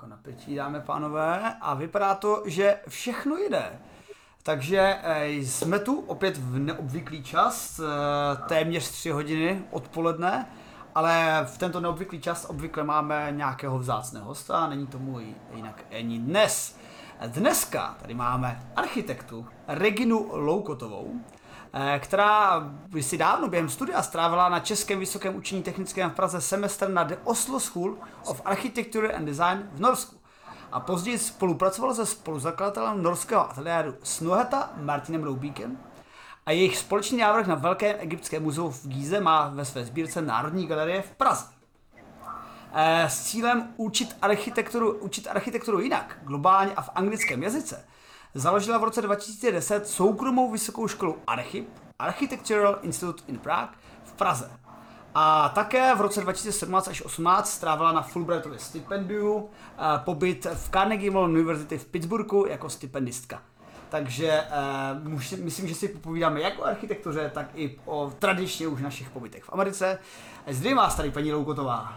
napětí, dámy a pánové, a vypadá to, že všechno jde. Takže jsme tu opět v neobvyklý čas, téměř 3 hodiny odpoledne, ale v tento neobvyklý čas obvykle máme nějakého vzácného hosta, není tomu jinak ani dnes. Dneska tady máme architektu Reginu Loukotovou, která si dávno během studia strávila na Českém vysokém učení technickém v Praze semestr na The Oslo School of Architecture and Design v Norsku. A později spolupracovala se spoluzakladatelem norského ateliéru Snohetta Martinem Roubíkem a jejich společný návrh na Velkém egyptském muzeu v Gíze má ve své sbírce Národní galerie v Praze. S cílem učit architekturu jinak, globálně a v anglickém jazyce, založila v roce 2010 soukromou vysokou školu Archip, Architectural Institute in Prague v Praze. A také v roce 2017 až 2018 strávila na Fulbrightově stipendiu pobyt v Carnegie Mellon University v Pittsburghu jako stipendistka. Takže myslím, že si popovídáme jak o architektuře, tak i o tradičně už našich pobytech v Americe. Zdravím vás tady, paní Loukotová.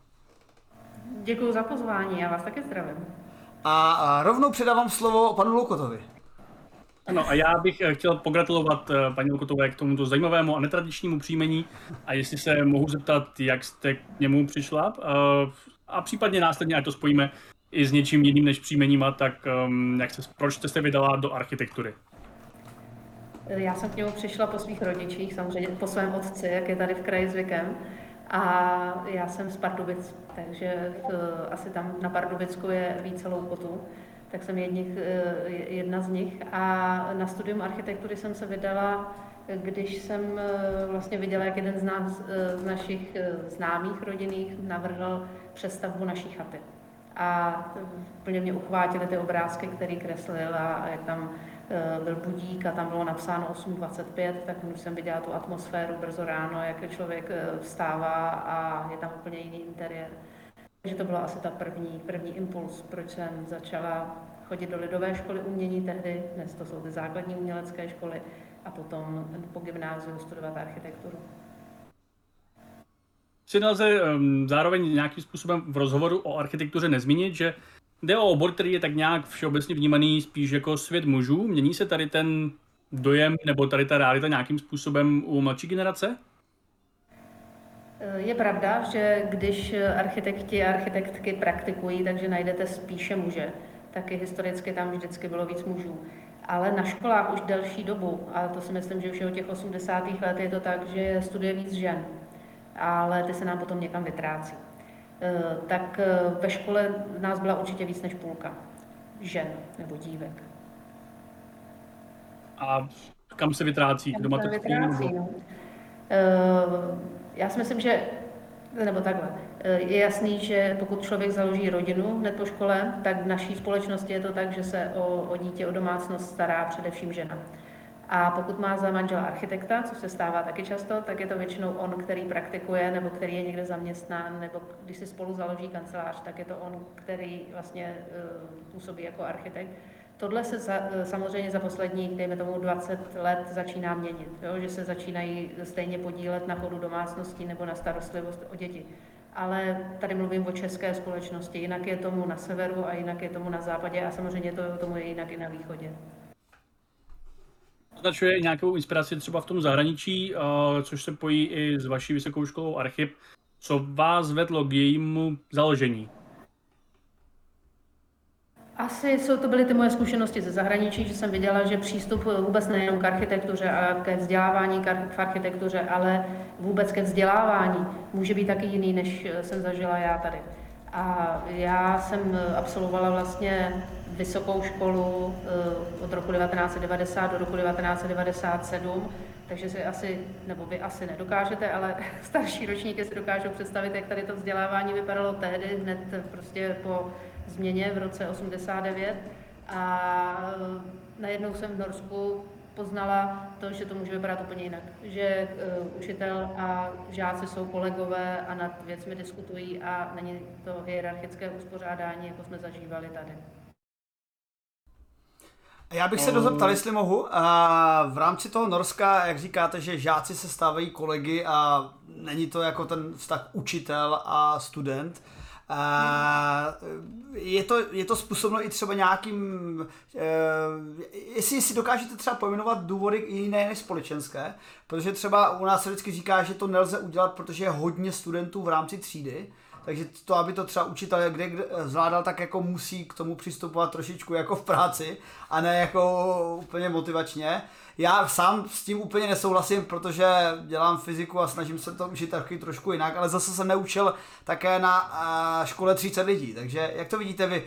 Děkuji za pozvání, já vás také zdravím. A rovnou předávám slovo panu Loukotovi. Ano, a já bych chtěl pogratulovat paní Loukotové k tomuto zajímavému a netradičnímu příjmení a jestli se mohu zeptat, jak jste k němu přišla a případně následně, ať to spojíme i s něčím jiným než příjmeníma, tak proč jste se vydala do architektury? Já jsem k němu přišla po svých rodičích, samozřejmě po svém otci, jak je tady v kraji zvykem. A já jsem z Pardubic, takže asi tam na Pardubicku je více Loukotů. Tak jsem jedna z nich. A na studium architektury jsem se vydala, když jsem vlastně viděla, jak jeden z našich známých rodinných navrhl přestavbu naší chaty. A úplně mě uchvátily ty obrázky, které kreslil a jak tam byl budík a tam bylo napsáno 8:25, tak už jsem viděla tu atmosféru brzo ráno, jak člověk vstává a je tam úplně jiný interiér. Takže to byl asi ta první impuls, proč jsem začala chodit do lidové školy umění tehdy, dnes to jsou ty základní umělecké školy, a potom po gymnáziu studovat architekturu. Si nelze zároveň nějakým způsobem v rozhovoru o architektuře nezmínit, že jde o obor, který je tak nějak všeobecně vnímaný spíš jako svět mužů. Mění se tady ten dojem nebo tady ta realita nějakým způsobem u mladší generace? Je pravda, že když architekti a architektky praktikují, takže najdete spíše muže. Taky historicky tam vždycky bylo víc mužů. Ale na školách už delší dobu, a to si myslím, že už je od těch 80. let je to tak, že studuje víc žen. Ale ty se nám potom někam vytrácí. Tak ve škole nás byla určitě víc než půlka žen nebo dívek. A kam se vytrácí? Kdo má to vytrácí, no. Já si myslím, že, nebo takhle, je jasný, že pokud člověk založí rodinu hned po škole, tak v naší společnosti je to tak, že se o dítě, o domácnost stará především žena. A pokud má za manžela architekta, což se stává taky často, tak je to většinou on, který praktikuje, nebo který je někde zaměstnán, nebo když si spolu založí kancelář, tak je to on, který vlastně působí jako architekt. Tohle se samozřejmě za posledních, dejme tomu 20 let, začíná měnit, jo? Že se začínají stejně podílet na chodu domácností nebo na starostlivost o děti. Ale tady mluvím o české společnosti, jinak je tomu na severu a jinak je tomu na západě a samozřejmě tomu je jinak i na východě. Označuje nějakou inspiraci třeba v tom zahraničí, což se pojí i s vaší vysokou školou Archip. Co vás vedlo k jejímu založení? Asi to byly ty moje zkušenosti ze zahraničí, že jsem viděla, že přístup vůbec nejenom k architektuře a ke vzdělávání v architektuře, ale vůbec ke vzdělávání může být taky jiný, než jsem zažila já tady. A já jsem absolvovala vlastně vysokou školu od roku 1990 do roku 1997, takže si vy asi nedokážete, ale starší ročníky si dokážou představit, jak tady to vzdělávání vypadalo tehdy, hned prostě po změně v roce 89. A najednou jsem v Norsku poznala to, že to může vypadat úplně jinak. Že učitel a žáci jsou kolegové a nad věcmi diskutují a není to hierarchické uspořádání, jako jsme zažívali tady. Já bych se dozeptal, jestli mohu. V rámci toho Norska, jak říkáte, že žáci se stávají kolegy a není to jako ten vztah učitel a student. Je to způsobeno i třeba nějakým, jestli si dokážete třeba pojmenovat důvody jiné než společenské, protože třeba u nás se vždycky říká, že to nelze udělat, protože je hodně studentů v rámci třídy, takže to, aby to třeba učitel kde zvládal, tak jako musí k tomu přistupovat trošičku jako v práci a ne jako úplně motivačně. Já sám s tím úplně nesouhlasím, protože dělám fyziku a snažím se to učit taky trošku jinak, ale zase jsem neučil také na škole 30 lidí. Takže jak to vidíte vy,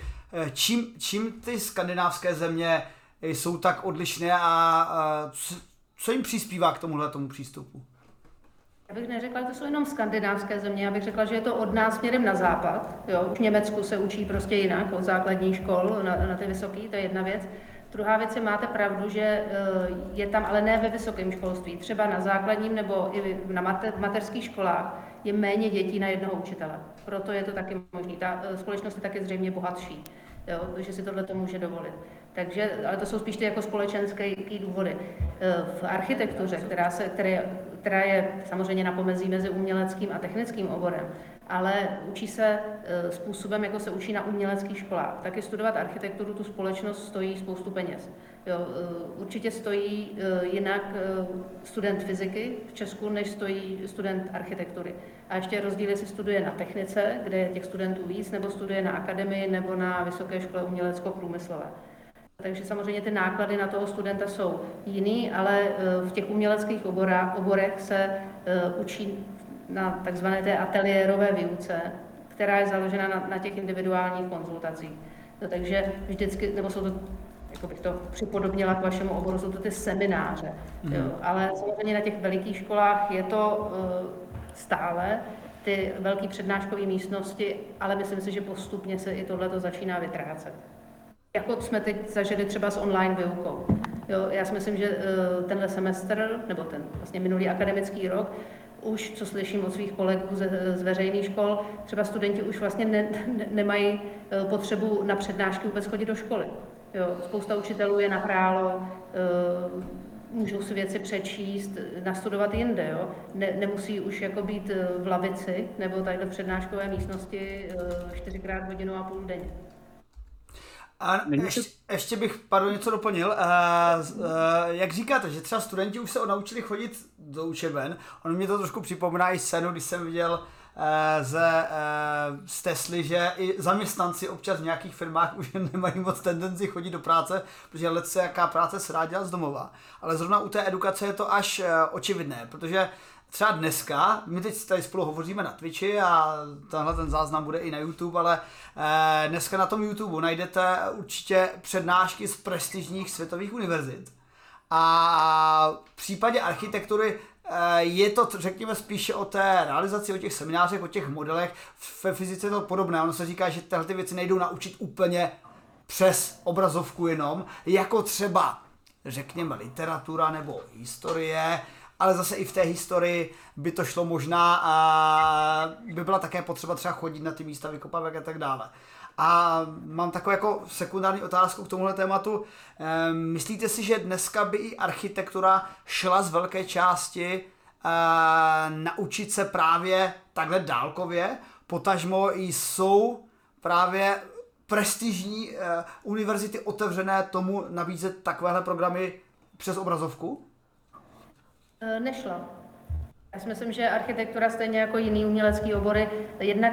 čím ty skandinávské země jsou tak odlišné a co jim přispívá k tomu přístupu? Já bych neřekla, že to jsou jenom skandinávské země, já bych řekla, že je to od nás směrem na západ. Jo? V Německu se učí prostě jinak, od základních škol na ty vysoké, to je jedna věc. Druhá věc je, máte pravdu, že je tam, ale ne ve vysokém školství, třeba na základním nebo i na mateřských školách je méně dětí na jednoho učitele. Proto je to taky možné. Ta společnost je taky zřejmě bohatší, jo? Takže si tohle to může dovolit. Takže, ale to jsou spíš ty jako společenské důvody. V architektuře, která je samozřejmě na pomezí mezi uměleckým a technickým oborem, ale učí se způsobem, jako se učí na uměleckých školách. Taky studovat architekturu tu společnost stojí spoustu peněz. Jo, určitě stojí jinak student fyziky v Česku, než stojí student architektury. A ještě rozdíl, jestli studuje na technice, kde je těch studentů víc, nebo studuje na akademii nebo na Vysoké škole umělecko-průmyslové. Takže samozřejmě ty náklady na toho studenta jsou jiný, ale v těch uměleckých oborech se učí na takzvané té ateliérové výuce, která je založena na těch individuálních konzultacích. No, takže vždycky, nebo jsou to, jako bych to připodobnila k vašemu oboru, jsou to ty semináře. Jo. Ale samozřejmě na těch velikých školách je to stále ty velké přednáškové místnosti, ale myslím si, že postupně se i tohleto začíná vytrácet. Jako jsme teď zažili třeba s online výukou. Jo, já si myslím, že tenhle semestr, nebo ten vlastně minulý akademický rok, už, co slyším od svých kolegů z veřejných škol, třeba studenti už vlastně nemají potřebu na přednášky vůbec chodit do školy. Jo, spousta učitelů je nahrálo, můžou si věci přečíst, nastudovat jinde. Jo. Nemusí už jako být v lavici nebo tady v přednáškové místnosti 4x hodinu a půl denně. A ještě bych, něco doplnil. Jak říkáte, že třeba studenti už se naučili chodit do učeben, ono mě to trošku připomíná i scénu, když jsem viděl z Tesly, že i zaměstnanci občas v nějakých firmách už nemají moc tendenci chodit do práce, protože letce jaká práce se dá dělat z domova. Ale zrovna u té edukace je to až očividné, protože třeba dneska, my teď tady spolu hovoříme na Twitchi a tenhle ten záznam bude i na YouTube, ale dneska na tom YouTube najdete určitě přednášky z prestižních světových univerzit. A v případě architektury je to, řekněme, spíše o té realizaci, o těch seminářích, o těch modelech. Ve fyzice je to podobné. Ono se říká, že tyhle věci nejdou naučit úplně přes obrazovku jenom, jako třeba, řekněme, literatura nebo historie, ale zase i v té historii by to šlo možná a by byla také potřeba třeba chodit na ty místa vykopávek a tak dále. A mám takovou jako sekundární otázku k tomuhle tématu. Myslíte si, že dneska by i architektura šla z velké části naučit se právě takhle dálkově? Potažmo jsou právě prestižní univerzity otevřené tomu nabízet takovéhle programy přes obrazovku? Nešla. Já si myslím, že architektura stejně jako jiný umělecký obory, jednak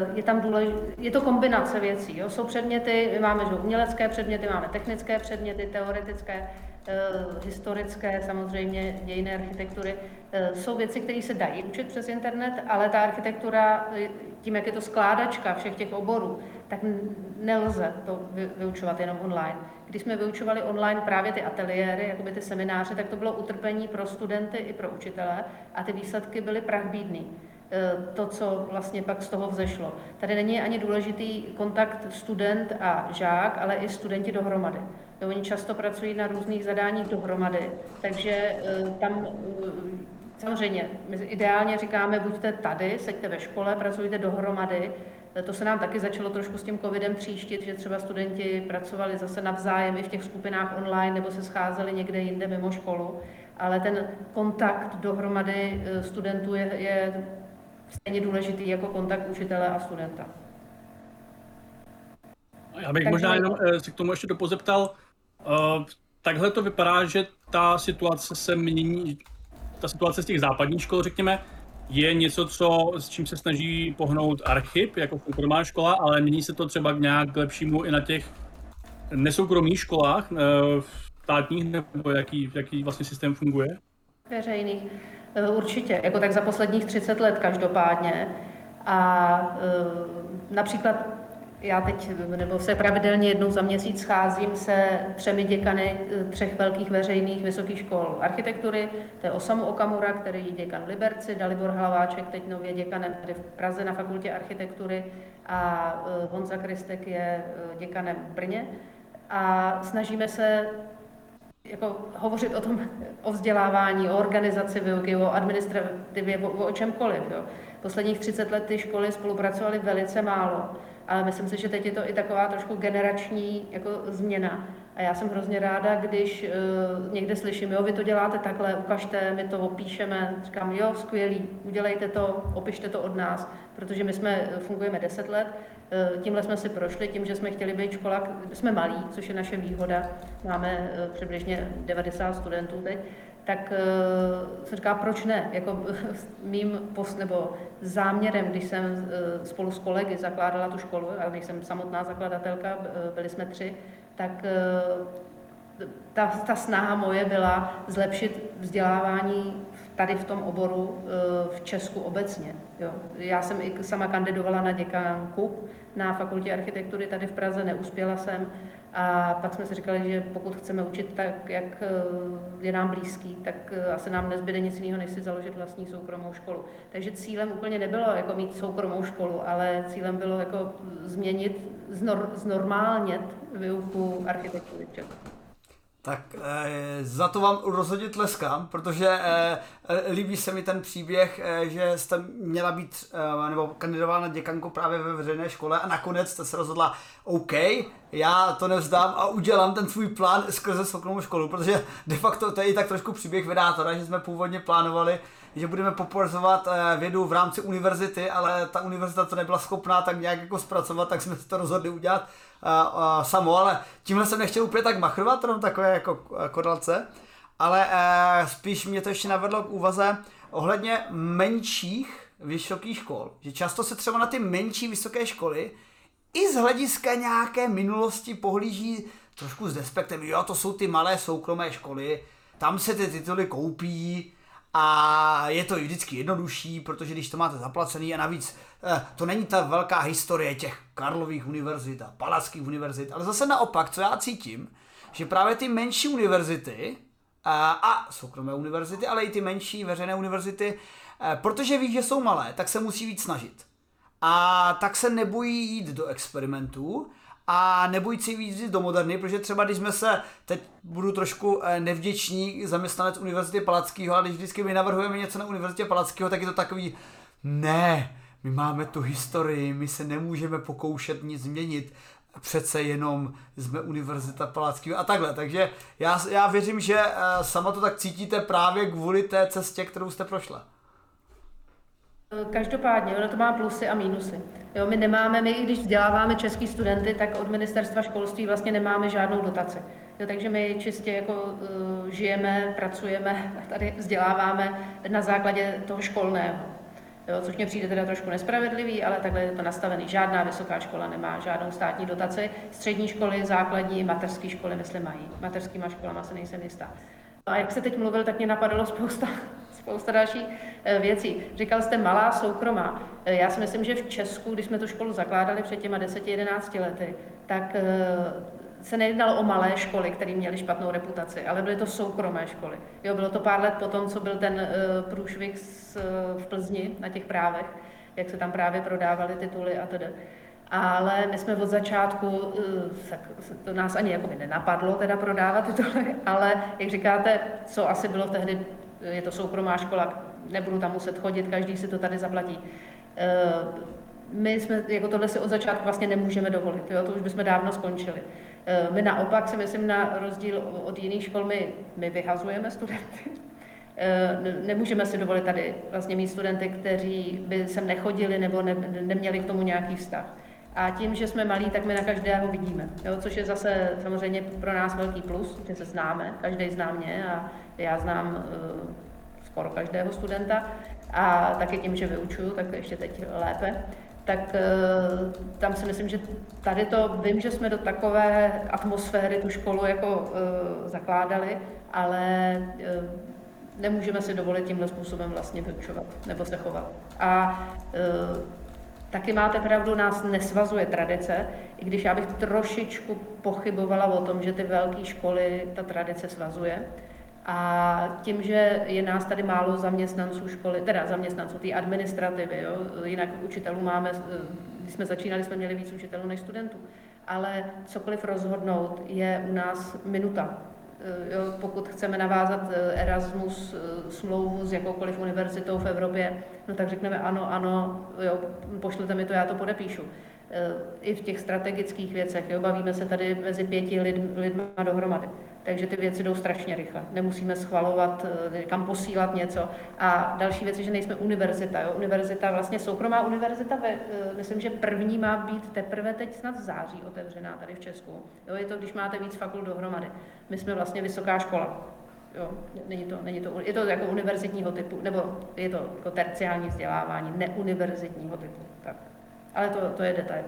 je to kombinace věcí. Jo? Jsou předměty, my máme umělecké předměty, máme technické předměty, teoretické, historické, samozřejmě dějinné architektury. Jsou věci, které se dají učit přes internet, ale ta architektura, tím, jak je to skládačka všech těch oborů, tak nelze to vyučovat jenom online. Když jsme vyučovali online právě ty ateliéry, jakoby ty semináře, tak to bylo utrpení pro studenty i pro učitele a ty výsledky byly prachbídný. To, co vlastně pak z toho vzešlo. Tady není ani důležitý kontakt student a žák, ale i studenti dohromady. Oni často pracují na různých zadáních dohromady, takže tam samozřejmě my ideálně říkáme, buďte tady, seďte ve škole, pracujte dohromady. To se nám taky začalo trošku s tím covidem tříštit, že třeba studenti pracovali zase navzájem i v těch skupinách online nebo se scházeli někde jinde mimo školu, ale ten kontakt dohromady studentů je stejně důležitý jako kontakt učitele a studenta. Já bych Takže možná jenom se k tomu ještě dopozeptal. Takhle to vypadá, že ta situace se mění, ta situace z těch západních škol, řekněme, je něco, s čím se snaží pohnout Archip, jako soukromá škola, ale mění se to třeba k nějak lepšímu i na těch nesoukromých školách, státních, nebo jaký vlastně systém funguje? veřejných. Určitě, jako tak za posledních 30 let každopádně. A například já teď, nebo se pravidelně jednou za měsíc scházím se 3 děkany 3 velkých veřejných vysokých škol architektury. To je Osamu Okamura, který je děkan v Liberci, Dalibor Hlaváček, teď nově děkanem tady v Praze na fakultě architektury a Honza Kristek je děkanem v Brně. A snažíme se jako hovořit o tom, o vzdělávání, o organizaci výuky, o administrativě, o čemkoliv. Jo. Posledních 30 let ty školy spolupracovaly velice málo, ale myslím si, že teď je to i taková trošku generační jako změna. A já jsem hrozně ráda, když někde slyším, jo, vy to děláte takhle, ukažte, my to opíšeme, říkám, jo, skvělý, udělejte to, opište to od nás, protože my fungujeme 10 let, tímhle jsme si prošli, tím, že jsme chtěli být škola, jsme malí, což je naše výhoda, máme přibližně 90 studentů teď, tak jsem říká, proč ne? Jako mým nebo záměrem, když jsem spolu s kolegy zakládala tu školu, a když jsem samotná zakladatelka, byli jsme 3, tak ta snaha moje byla zlepšit vzdělávání tady v tom oboru v Česku obecně. Jo. Já jsem i sama kandidovala na děkanku na fakultě architektury tady v Praze, neuspěla jsem. A pak jsme si říkali, že pokud chceme učit tak, jak je nám blízký, tak asi nám nezbyde nic jiného, než si založit vlastní soukromou školu. Takže cílem úplně nebylo jako mít soukromou školu, ale cílem bylo jako změnit, znormálnět výuku architektury v Česku. Tak za to vám rozhodně tleskám, protože líbí se mi ten příběh, že jste měla být nebo kandidovala na děkanku právě ve veřejné škole a nakonec jste se rozhodla, OK, já to nevzdám a udělám ten svůj plán skrze soukromou školu, protože de facto to je i tak trošku příběh vydátora, že jsme původně plánovali, že budeme popularizovat vědu v rámci univerzity, ale ta univerzita to nebyla schopná tak nějak jako zpracovat, tak jsme se to rozhodli udělat samo, ale tímhle jsem nechtěl úplně tak machrovat, jenom takové jako kodalce, ale spíš mě to ještě navedlo k úvaze ohledně menších vysokých škol, že často se třeba na ty menší vysoké školy i z hlediska nějaké minulosti pohlíží trošku s despektem, jo, to jsou ty malé soukromé školy, tam se ty tituly koupí a je to vždycky jednodušší, protože když to máte zaplacený a navíc to není ta velká historie těch Karlových univerzit a Palackých univerzit, ale zase naopak, co já cítím, že právě ty menší univerzity a soukromé univerzity, ale i ty menší veřejné univerzity, protože ví, že jsou malé, tak se musí víc snažit. A tak se nebojí jít do experimentů a nebojí si víc jít do moderny, protože třeba když jsme se, teď budu trošku nevděčný zaměstnanec Univerzity Palackého, ale když vždycky my navrhujeme něco na Univerzitě Palackého, tak je to takový, ne, my máme tu historii, my se nemůžeme pokoušet nic změnit, přece jenom jsme Univerzita Palackého a takhle, takže já věřím, že sama to tak cítíte právě kvůli té cestě, kterou jste prošla. Každopádně, ono to má plusy a mínusy. Jo, my i když vzděláváme český studenty, tak od ministerstva školství vlastně nemáme žádnou dotaci. Jo, takže my čistě jako žijeme, pracujeme, tady vzděláváme na základě toho školného. Jo, což mě přijde teda trošku nespravedlivý, ale takhle je to nastavený. Žádná vysoká škola nemá žádnou státní dotaci. Střední školy, základní i mateřské školy, myslím, mají. Mateřskýma školama se nejsem jistá. A jak se teď mluvil, tak mě napadalo spousta dalších věcí. Říkal jste malá soukromá. Já si myslím, že v Česku, když jsme tu školu zakládali před těma 10-11 lety, tak se nejednalo o malé školy, které měly špatnou reputaci, ale byly to soukromé školy. Jo, bylo to pár let potom, co byl ten průšvih v Plzni na těch právech, jak se tam právě prodávaly tituly a tedy. Ale my jsme od začátku, to nás ani jakoby nenapadlo teda prodávat tituly, ale jak říkáte, co asi bylo tehdy, je to soukromá škola, nebudu tam muset chodit, každý si to tady zaplatí. My jsme, jako tohle si od začátku vlastně nemůžeme dovolit, jo? To už bychom dávno skončili. My naopak si myslím, na rozdíl od jiných škol, my vyhazujeme studenty. Nemůžeme si dovolit tady vlastně mít studenty, kteří by sem nechodili nebo neměli k tomu nějaký vztah. A tím, že jsme malí, tak my na každého vidíme, jo? Což je zase samozřejmě pro nás velký plus, že se známe, každý zná mě a já znám skoro každého studenta a taky tím, že vyučuju, tak ještě teď lépe. Tak tam si myslím, že tady to, vím, že jsme do takové atmosféry tu školu jako zakládali, ale nemůžeme si dovolit tímhle způsobem vlastně vyučovat nebo se chovat. A taky máte pravdu, nás nesvazuje tradice, i když já bych trošičku pochybovala o tom, že ty velké školy ta tradice svazuje. A tím, že je nás tady málo zaměstnanců školy, teda zaměstnanců té administrativy, jo? Jinak učitelů máme, když jsme začínali, jsme měli víc učitelů než studentů, ale cokoliv rozhodnout je u nás minuta. Jo? Pokud chceme navázat Erasmus smlouvu s jakoukoliv univerzitou v Evropě, no tak řekneme ano, jo, pošlete mi to, já to podepíšu. I v těch strategických věcech, jo, bavíme se tady mezi 5 lidma dohromady. Takže ty věci jdou strašně rychle. Nemusíme schvalovat, kam posílat něco. A další věc je, že nejsme univerzita. Jo. Univerzita, vlastně soukromá univerzita, myslím, že první má být teprve teď snad v září otevřená tady v Česku. Jo, je to, když máte víc fakult dohromady. My jsme vlastně vysoká škola. Jo, je to jako univerzitního typu, nebo je to jako terciální vzdělávání, neuniverzitního typu. Tak. Ale to je detail.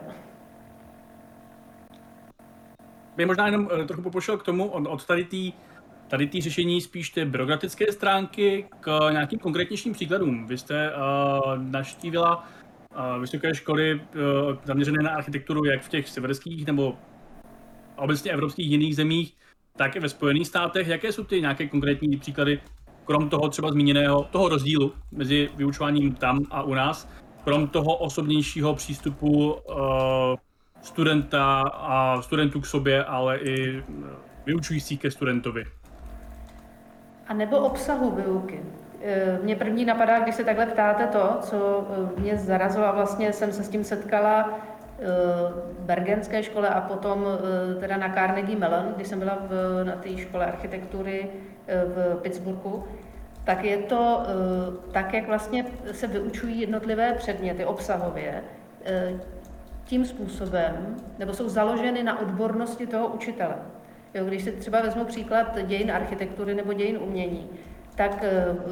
Bych možná jenom trochu popošel k tomu od tady tý řešení spíš té byrokratické stránky k nějakým konkrétnějším příkladům. Vy jste navštívila vysoké školy zaměřené na architekturu jak v těch severských nebo obecně evropských jiných zemích, tak i ve Spojených státech. Jaké jsou ty nějaké konkrétní příklady, krom toho třeba zmíněného, toho rozdílu mezi vyučováním tam a u nás, krom toho osobnějšího přístupu studenta a studentů k sobě, ale i vyučujících ke studentovi? A nebo obsahu výuky. Mě první napadá, když se takhle ptáte to, co mě zarazilo, a vlastně jsem se s tím setkala v Bergenské škole a potom teda na Carnegie Mellon, když jsem byla na té škole architektury v Pittsburghu, tak je to tak, jak vlastně se vyučují jednotlivé předměty obsahově, tím způsobem, nebo jsou založeny na odbornosti toho učitele. Jo, když si třeba vezmu příklad dějin architektury nebo dějin umění, tak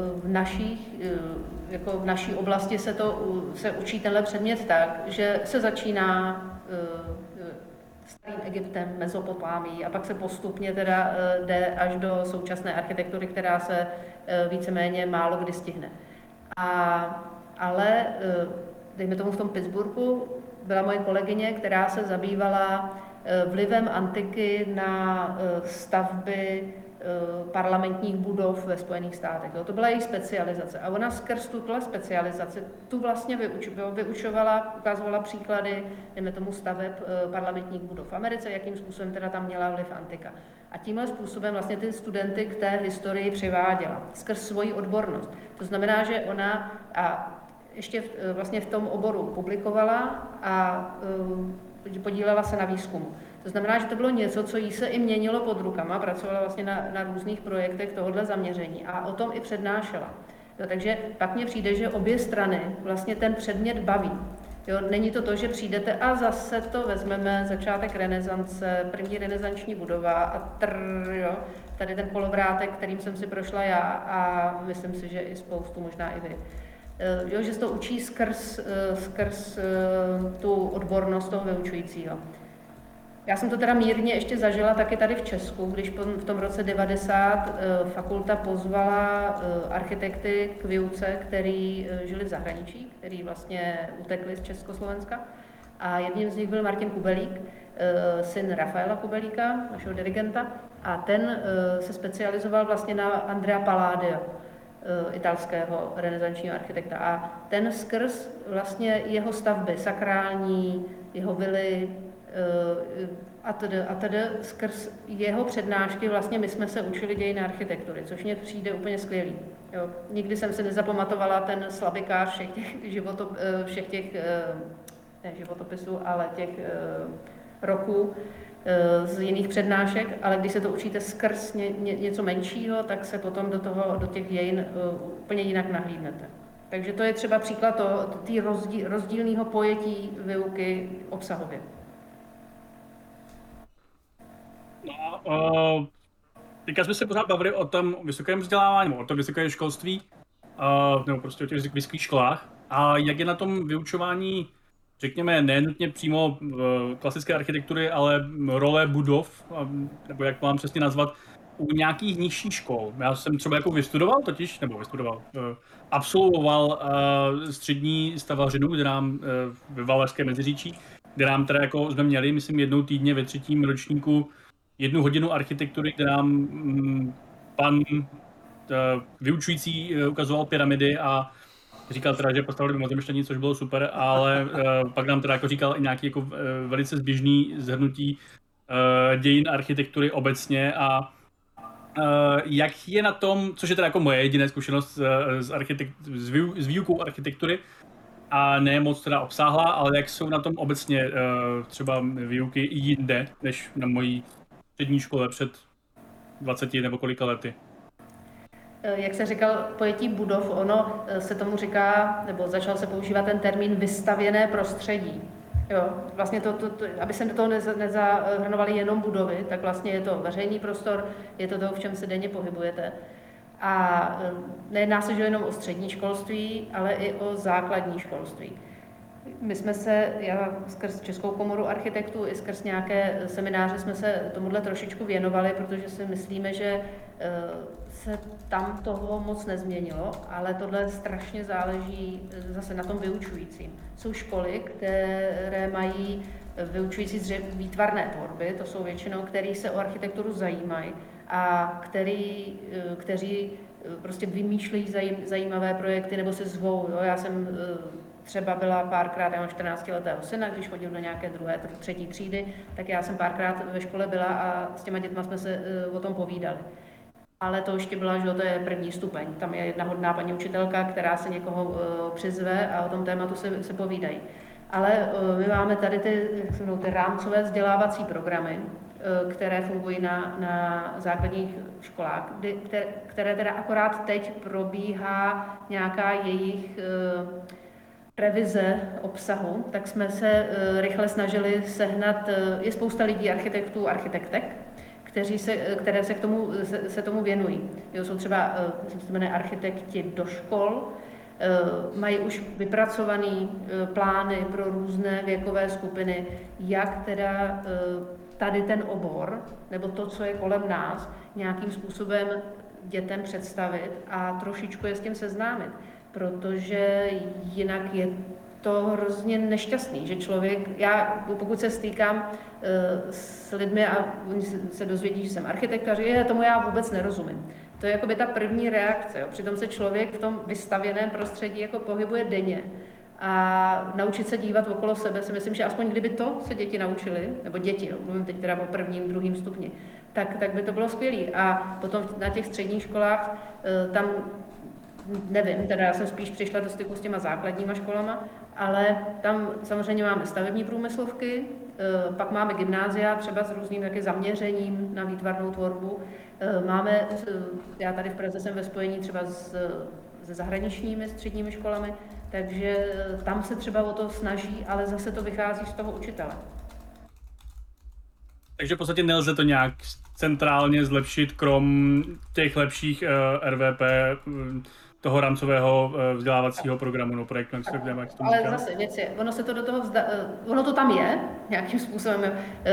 v naší oblasti se učí tenhle předmět tak, že se začíná starým Egyptem, Mezopotámií a pak se postupně teda jde až do současné architektury, která se víceméně málo kdy stihne. Ale dejme tomu v tom Pittsburghu byla moje kolegyně, která se zabývala vlivem antiky na stavby parlamentních budov ve Spojených státech. To byla její specializace. A ona skrz tuhle specializaci tu vlastně vyučovala, ukazovala příklady, dejme tomu staveb parlamentních budov v Americe, jakým způsobem teda tam měla vliv antika. A tímhle způsobem vlastně ty studenty k té historii přiváděla, skrz svoji odbornost. To znamená, že ona ještě vlastně v tom oboru publikovala a podílela se na výzkumu. To znamená, že to bylo něco, co jí se i měnilo pod rukama, pracovala vlastně na různých projektech tohohle zaměření a o tom i přednášela. Jo, takže pak mně přijde, že obě strany vlastně ten předmět baví. Jo, není to, že přijdete a zase to vezmeme, začátek renesance, první renesanční budova a tady ten kolovrátek, kterým jsem si prošla já a myslím si, že i spoustu, možná i vy. Jo, že se to učí skrz tu odbornost toho vyučujícího. Já jsem to teda mírně ještě zažila taky tady v Česku, když v tom roce 90 fakulta pozvala architekty k výuce, kteří žili v zahraničí, kteří vlastně utekli z Československa. A jedním z nich byl Martin Kubelík, syn Rafaela Kubelíka, našeho dirigenta, a ten se specializoval vlastně na Andrea Palladia, italského renesančního architekta. A ten skrz vlastně jeho stavby sakrální, jeho vily a tedy skrz jeho přednášky vlastně my jsme se učili dějiny architektury, což mně přijde úplně skvělý. Jo. Nikdy jsem si nezapamatovala ten slabikář všech těch ne životopisů, ale těch roků z jiných přednášek, ale když se to učíte skrz něco menšího, tak se potom do těch dějin úplně jinak nahlídnete. Takže to je třeba příklad rozdílného pojetí výuky obsahově. No, teďka jsme se pořád bavili o tom vysokém vzdělávání, o tom vysokém školství, nebo prostě o těch vysokých školách. A jak je na tom vyučování, řekněme, nenutně přímo klasické architektury, ale role budov, nebo jak mám přesně nazvat, u nějakých nižších škol. Já jsem třeba jako absolvoval střední stavařinu, kde nám ve Valašské Meziříčí, kde nám teda jako jsme měli, myslím, jednou týdně ve 3. ročníku 1 hodinu architektury, kde nám pan vyučující ukazoval pyramidy a říkal teda, že postavili mimozemštění, což bylo super, ale pak nám teda jako říkal i nějaký jako velice zběžný shrnutí dějin architektury obecně a jak je na tom, což je teda jako moje jediná zkušenost s výukou architektury a ne moc teda obsáhlá, ale jak jsou na tom obecně třeba výuky i jinde, než na mojí střední škole před 20 nebo kolika lety. Jak se říkal, pojetí budov, ono se tomu říká, nebo začal se používat ten termín vystavěné prostředí. Jo, vlastně aby se do toho nezahrnovaly jenom budovy, tak vlastně je to veřejný prostor, je to v čem se denně pohybujete. A nejedná se jenom o střední školství, ale i o základní školství. My jsme já skrz Českou komoru architektů i skrz nějaké semináře jsme se tomuhle trošičku věnovali, protože si myslíme, že se tam toho moc nezměnilo, ale tohle strašně záleží zase na tom vyučujícím. Jsou školy, které mají vyučující z výtvarné tvorby, to jsou většinou, který se o architekturu zajímají a kteří prostě vymýšlejí zajímavé projekty nebo se zvou. Jo? Já jsem třeba byla párkrát, já mám 14letého syna, když chodil do nějaké 2., 3. třídy, tak já jsem párkrát ve škole byla a s těma dětma jsme se o tom povídali. Ale to ještě byla, že to je 1. stupeň. Tam je jedna hodná paní učitelka, která se někoho přizve a o tom tématu se povídají. Ale my máme tady ty rámcové vzdělávací programy, které fungují na základních školách, které teda akorát teď probíhá nějaká jejich revize obsahu, tak jsme se rychle snažili sehnat, je spousta lidí, architektů, architektek, které se tomu věnují. Jo, jsou třeba architekti do škol, mají už vypracované plány pro různé věkové skupiny, jak teda tady ten obor, nebo to, co je kolem nás, nějakým způsobem dětem představit a trošičku je s tím seznámit. Protože jinak je to hrozně nešťastný, že člověk, pokud se stýkám s lidmi a oni se dozvědí, že jsem architekt a říkají, tomu já vůbec nerozumím. To je jakoby ta první reakce. Jo. Přitom se člověk v tom vystavěném prostředí jako pohybuje denně a naučit se dívat okolo sebe, si myslím, že aspoň kdyby to se děti naučily, nebo děti, mluvím teď teda o 1., 2. stupni, tak by to bylo skvělé. A potom na těch středních školách tam nevím, teda já jsem spíš přišla do styku s těma základníma školama, ale tam samozřejmě máme stavební průmyslovky, pak máme gymnázia třeba s různým taky zaměřením na výtvarnou tvorbu. Já tady v Praze jsem ve spojení třeba se zahraničními středními školami, takže tam se třeba o to snaží, ale zase to vychází z toho učitele. Takže v podstatě nelze to nějak centrálně zlepšit, krom těch lepších RVP, toho rámcového vzdělávacího programu, no projektu, jak se to ale říká. Zase věc je, ono to tam je nějakým způsobem.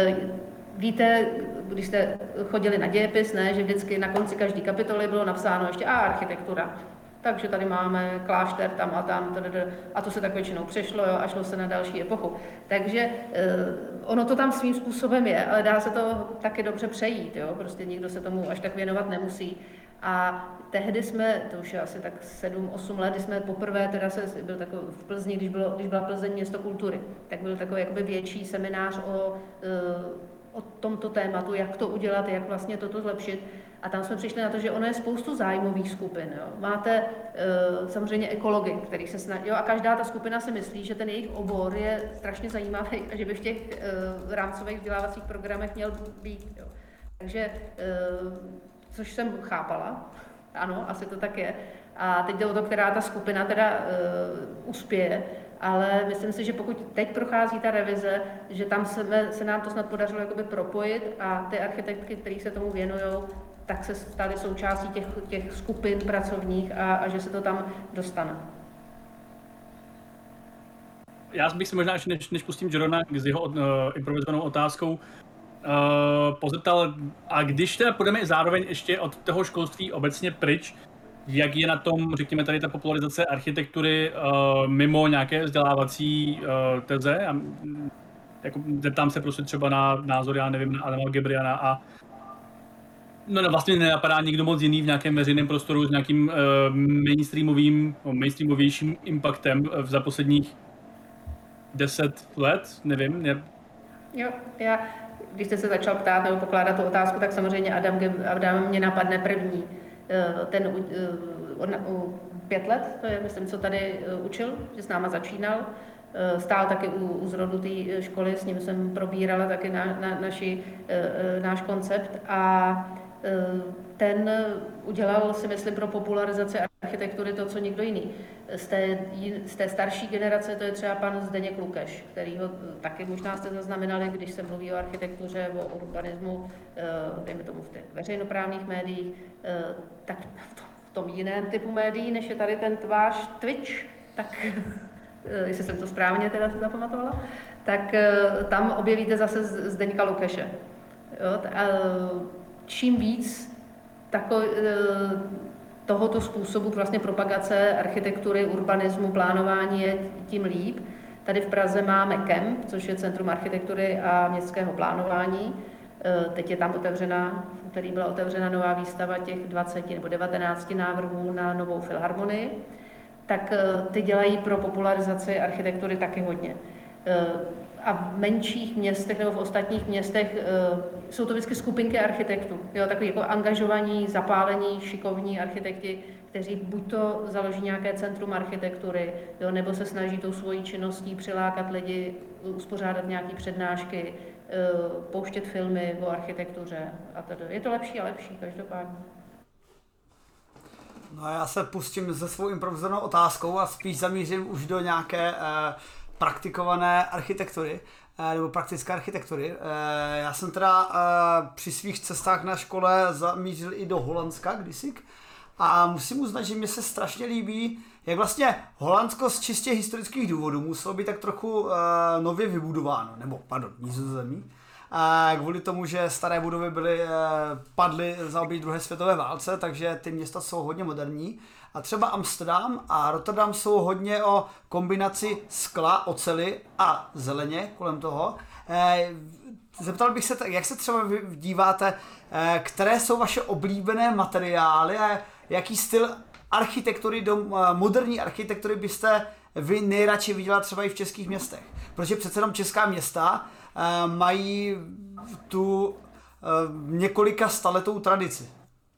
Víte, když jste chodili na dějepis, ne, že vždycky na konci každé kapitoly bylo napsáno ještě architektura. Takže tady máme klášter tam a to se tak většinou přešlo, jo, a šlo se na další epochu. Takže ono to tam svým způsobem je, ale dá se to taky dobře přejít, jo, prostě nikdo se tomu až tak věnovat nemusí. A tehdy jsme, to už je asi tak 7-8 let, kdy jsme poprvé, byl takový v Plzni, když byla Plzeň město kultury, tak byl takový jakoby větší seminář o tomto tématu, jak to udělat, jak vlastně toto zlepšit. A tam jsme přišli na to, že ono je spoustu zájmových skupin. Jo. Máte samozřejmě ekology, který se snaží, a každá ta skupina si myslí, že ten jejich obor je strašně zajímavý a že by v těch rámcových vzdělávacích programech měl být. Jo. Takže, což jsem chápala, ano, asi to tak je, A teď jde o to, která ta skupina teda uspěje, ale myslím si, že pokud teď prochází ta revize, že tam se nám to snad podařilo jakoby propojit a ty architektky, kteří se tomu věnují, tak se staly součástí těch skupin pracovních a že se to tam dostane. Já bych se možná ještě, než pustím Jorona s jeho improvizovanou otázkou, pozeptal, a když teda půjdeme zároveň ještě od toho školství obecně pryč, jak je na tom, řekněme, tady ta popularizace architektury mimo nějaké vzdělávací teze? A, jako, zeptám se prostě třeba na názor, já nevím, na Adama Gebriana a no vlastně nenapadá nikdo moc jiný v nějakém veřejném prostoru s nějakým mainstreamovějším impactem za posledních 10 let, nevím. Jo, když jste se začal ptát nebo pokládat tu otázku, tak samozřejmě Adam mě napadne první. Ten 5 let, to je, myslím, co tady učil, že s náma začínal. Stál taky u zrodu té školy, s ním jsem probírala taky náš koncept a ten udělal, si myslím, pro popularizaci architektury to, co nikdo jiný. Z té starší generace to je třeba pan Zdeněk Lukeš, kterýho taky možná jste zaznamenali, když se mluví o architektuře, o urbanismu, dejme tomu v těch veřejnoprávních médiích, tak v tom jiném typu médií, než je tady ten váš Twitch, tak jestli jsem to správně teda zapamatovala, tak tam objevíte zase Zdeňka Lukeše. Jo, čím víc tohoto způsobu vlastně propagace architektury, urbanismu, plánování je, tím líp. Tady v Praze máme KEMP, což je Centrum architektury a městského plánování. Teď je tam v úterý byla otevřena nová výstava těch 20 nebo 19 návrhů na novou filharmonii. Tak ty dělají pro popularizaci architektury taky hodně. A v menších městech nebo v ostatních městech jsou to vždycky skupinky architektů, jo, takový jako angažovaní, zapálení, šikovní architekti, kteří buď to založí nějaké centrum architektury, jo, nebo se snaží tou svojí činností přilákat lidi, uspořádat nějaké přednášky, pouštět filmy o architektuře a tedy. Je to lepší a lepší, každopádně. No a já se pustím se svou improvizovanou otázkou a spíš zamířím už do nějaké praktikované architektury, nebo praktické architektury. Já jsem teda při svých cestách na škole zamířil i do Holandska kdysi a musím uznat, že mi se strašně líbí, jak vlastně Holandsko z čistě historických důvodů muselo být tak trochu nově vybudováno, nebo pardon, Nizozemí. Kvůli tomu, že staré budovy padly za období druhé světové válce, takže ty města jsou hodně moderní. A třeba Amsterdam a Rotterdam jsou hodně o kombinaci skla, oceli a zeleně kolem toho. Zeptal bych se, jak se třeba vy díváte, které jsou vaše oblíbené materiály a jaký styl architektury, moderní architektury byste vy nejradši viděla třeba i v českých městech? Protože přece jenom česká města mají tu několika staletou tradici.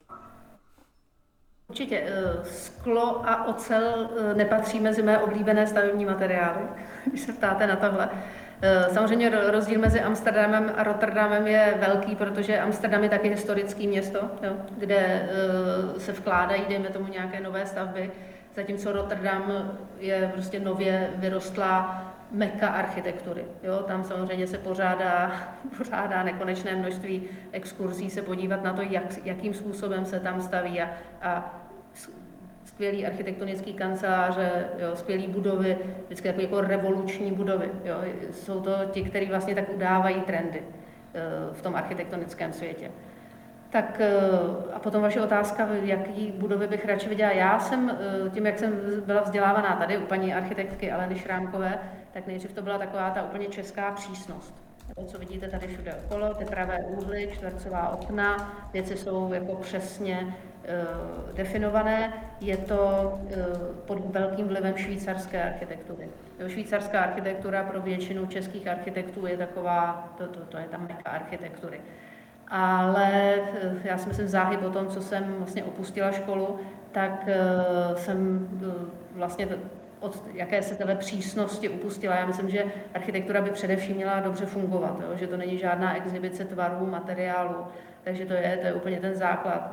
Určitě. Sklo a ocel nepatří mezi mé oblíbené stavební materiály, když se ptáte na tohle. Samozřejmě rozdíl mezi Amsterdamem a Rotterdamem je velký, protože Amsterdam je taky historické město, jo, kde se vkládají, dejme tomu, nějaké nové stavby, zatímco Rotterdam je prostě nově vyrostlá meka architektury. Jo, tam samozřejmě se pořádá nekonečné množství exkurzí se podívat na to, jakým způsobem se tam staví a skvělý architektonický kanceláře, jo, skvělý budovy, vždycky jako revoluční budovy. Jo. Jsou to ti, kteří vlastně tak udávají trendy v tom architektonickém světě. Tak a potom vaše otázka, jaký budovy bych radši viděla. Já jsem, tím jak jsem byla vzdělávaná tady u paní architektky Aleny Šrámkové, tak nejdřív to byla taková ta úplně česká přísnost. To, co vidíte tady všude okolo, ty pravé úhly, čtvercová okna, věci jsou jako přesně definované. Je to pod velkým vlivem švýcarské architektury. Švýcarská architektura pro většinu českých architektů je taková, to je ta meka architektury. Ale já si myslím záhy po tom, co jsem vlastně opustila školu, tak jsem vlastně od jaké se téhle přísnosti upustila. Já myslím, že architektura by především měla dobře fungovat, jo? Že to není žádná exhibice tvarů, materiálu, takže to je úplně ten základ.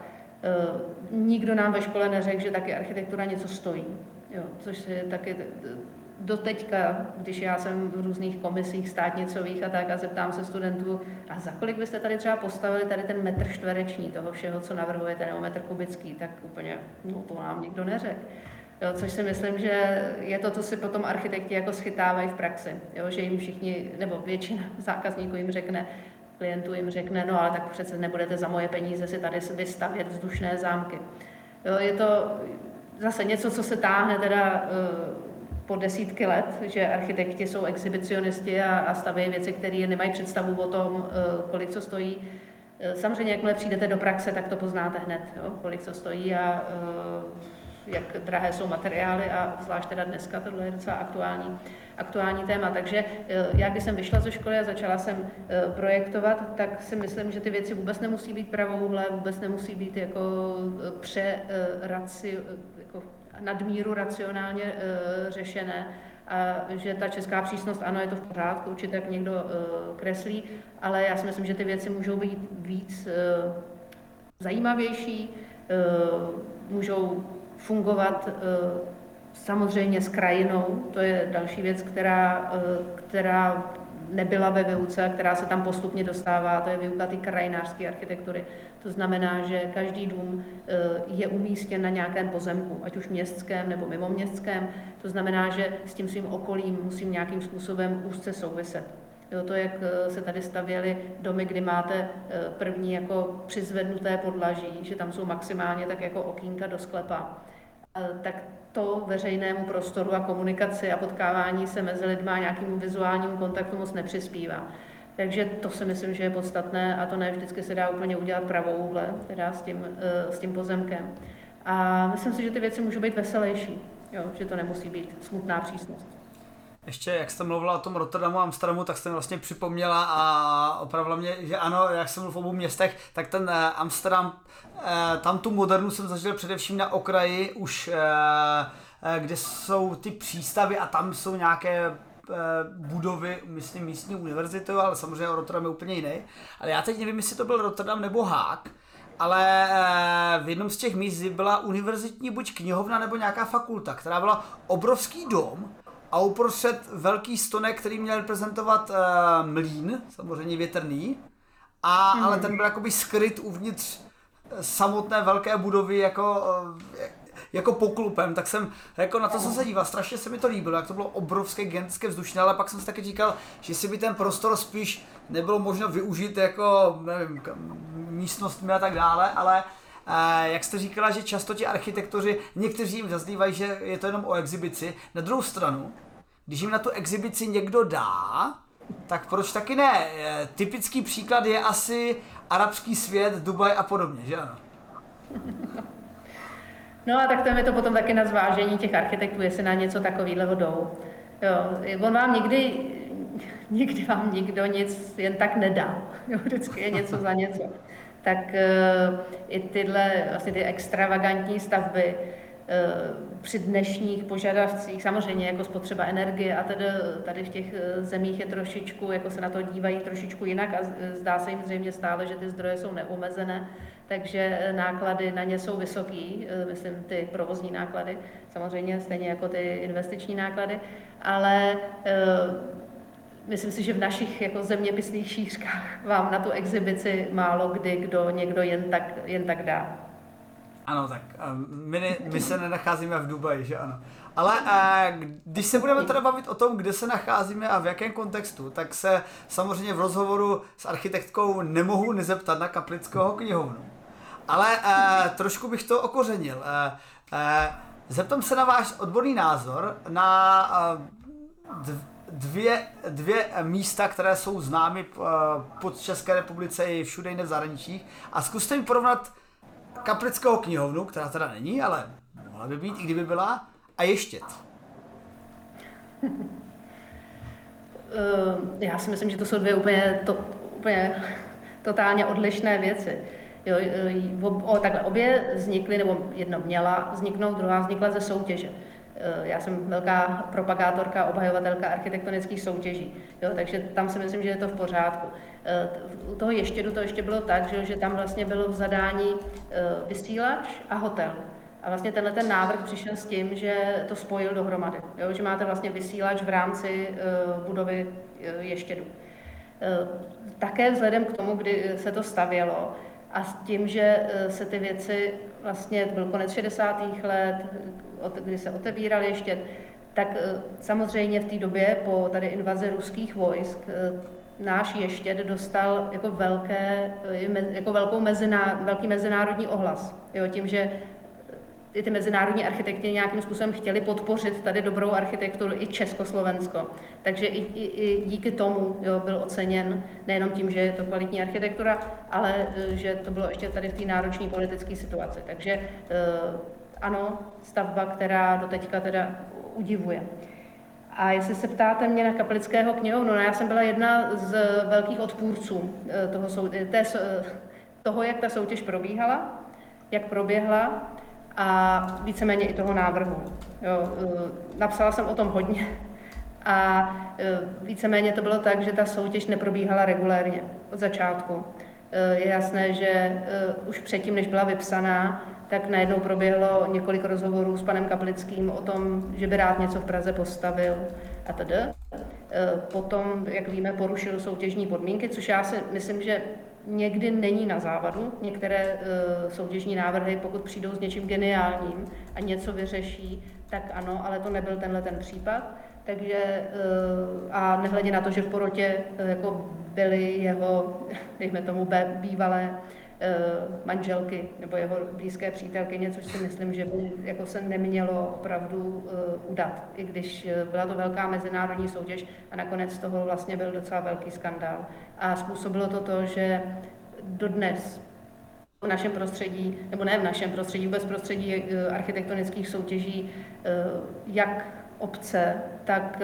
Nikdo nám ve škole neřekl, že taky architektura něco stojí, jo, což je taky doteďka, když já jsem v různých komisích státnicových a tak a zeptám se studentů, a za kolik byste tady třeba postavili tady ten metr čtvereční toho všeho, co navrhujete, nebo metr kubický, tak úplně, no to nám nikdo neřekl. Jo, což si myslím, že je to, co si potom architekti jako schytávají v praxi, jo, že jim všichni, nebo většina zákazníků jim řekne, klientů jim řekne, no ale tak přece nebudete za moje peníze si tady vystavět vzdušné zámky. Jo, je to zase něco, co se táhne teda po desítky let, že architekti jsou exhibicionisti a staví věci, které nemají představu o tom, kolik co stojí. Samozřejmě, jakmile přijdete do praxe, tak to poznáte hned, jo, kolik co stojí a jak drahé jsou materiály a zvlášť teda dneska, tohle je docela aktuální téma. Takže já, když jsem vyšla ze školy a začala jsem projektovat, tak si myslím, že ty věci vůbec nemusí být pravouhlé, vůbec nemusí být jako jako nadmíru racionálně řešené. A že ta česká přísnost, ano, je to v pořádku, určitě tak někdo kreslí, ale já si myslím, že ty věci můžou být víc zajímavější, můžou fungovat samozřejmě s krajinou, to je další věc, která nebyla ve výuce, která se tam postupně dostává, to je výuka té krajinářské architektury. To znamená, že každý dům je umístěn na nějakém pozemku, ať už městském nebo mimoměstském. To znamená, že s tím svým okolím musím nějakým způsobem úzce souviset. Jo, to, jak se tady stavěly domy, kdy máte první jako přizvednuté podlaží, že tam jsou maximálně tak jako okýnka do sklepa, tak to veřejnému prostoru a komunikaci a potkávání se mezi lidmi a nějakému vizuálnímu kontaktu moc nepřispívá. Takže to si myslím, že je podstatné a to ne vždycky se dá úplně udělat pravouhle, teda s tím pozemkem. A myslím si, že ty věci můžou být veselější, jo, že to nemusí být smutná přísnost. Ještě, jak jste mluvila o tom Rotterdamu a Amsterdamu, tak jste mi vlastně připomněla a opravila mě, že ano, jak jsem mluvil v obou městech, tak ten Amsterdam, tam tu modernu jsem zažil především na okraji, už kde jsou ty přístavy a tam jsou nějaké budovy, myslím, místní univerzity, ale samozřejmě Rotterdam je úplně jiný. Ale já teď nevím, jestli to byl Rotterdam nebo Haag, ale v jednom z těch míst byla univerzitní buď knihovna nebo nějaká fakulta, která byla obrovský dom a uprostřed velký stonek, který měl reprezentovat mlýn, samozřejmě větrný, ale ten byl jakoby skryt uvnitř samotné velké budovy jako poklupem, tak jsem jako na to jsem se díval, strašně se mi to líbilo, jak to bylo obrovské gigantické vzdušné, ale pak jsem si taky říkal, že si by ten prostor spíš nebylo možno využít jako, nevím, místnostmi a tak dále, ale jak jste říkala, že často ti architektoři, někteří jim zazdívají, že je to jenom o exibici, na druhou stranu, když jim na tu exibici někdo dá, tak proč taky ne? Typický příklad je asi arabský svět, Dubaj a podobně, že ano? No a tak to je to potom taky na zvážení těch architektů, jestli na něco takového jdou. Jo, on vám nikdy vám nikdo nic jen tak nedá. Jo, vždycky je něco za něco. Tak i vlastně ty extravagantní stavby při dnešních požadavcích, samozřejmě jako spotřeba energie a tady v těch zemích je trošičku, jako se na to dívají trošičku jinak a zdá se jim zřejmě stále, že ty zdroje jsou neomezené, takže náklady na ně jsou vysoký, myslím ty provozní náklady, samozřejmě stejně jako ty investiční náklady, ale myslím si, že v našich jako zeměpisných šířkách vám na tu exibici málo kdy někdo jen tak dá. Ano, tak my se nenacházíme v Dubaji, že ano. Ale když se budeme teda bavit o tom, kde se nacházíme a v jakém kontextu, tak se samozřejmě v rozhovoru s architektkou nemohu nezeptat na Kaplického knihovnu. Ale trošku bych to okořenil. Zeptám se na váš odborný názor na dvě místa, které jsou známy po České republice i všude jinde v zahraničích. A zkuste mi porovnat Kaplického knihovnu, která teda není, ale mohla by být, i kdyby byla, a Ještěd. Já si myslím, že to jsou dvě úplně totálně odlišné věci. Takhle obě vznikly, nebo jedna měla vzniknout, druhá vznikla ze soutěže. Já jsem velká propagátorka, obhajovatelka architektonických soutěží, jo, takže tam si myslím, že je to v pořádku. U toho Ještědu to ještě bylo tak, že tam vlastně bylo v zadání vysílač a hotel. A vlastně ten návrh přišel s tím, že to spojil dohromady, jo, že máte vlastně vysílač v rámci budovy Ještědu. Také vzhledem k tomu, kdy se to stavělo a s tím, že se ty věci, vlastně byl konec 60. let, kdy se otevíral Ještěd, tak samozřejmě v té době po tady invazi ruských vojsk náš Ještěd dostal jako velký mezinárodní ohlas. Jo, tím, že i ty mezinárodní architekti nějakým způsobem chtěli podpořit tady dobrou architekturu i Československo. Takže i díky tomu byl oceněn nejenom tím, že je to kvalitní architektura, ale že to bylo ještě tady v té náročné politické situaci. Takže ano, stavba, která doteďka teda udivuje. A jestli se ptáte mě na Kaplického knihovnu, no já jsem byla jedna z velkých odpůrců toho, jak ta soutěž probíhala, jak proběhla, a víceméně i toho návrhu. Jo, napsala jsem o tom hodně a víceméně to bylo tak, že ta soutěž neprobíhala regulérně od začátku. Je jasné, že už předtím, než byla vypsaná, tak najednou proběhlo několik rozhovorů s panem Kaplickým o tom, že by rád něco v Praze postavil a tedy. Potom, jak víme, porušil soutěžní podmínky, což já si myslím, že někdy není na závadu. Některé soutěžní návrhy, pokud přijdou s něčím geniálním a něco vyřeší, tak ano, ale to nebyl ten případ. Takže a nehledě na to, že v porotě jako byly jeho, dejme tomu, bývalé manželky nebo jeho blízké přítelkyně, což si myslím, že by jako se nemělo opravdu udat, i když byla to velká mezinárodní soutěž a nakonec z toho vlastně byl docela velký skandál. A způsobilo to, že dodnes v našem prostředí, nebo ne v našem prostředí, vůbec prostředí architektonických soutěží, jak obce, tak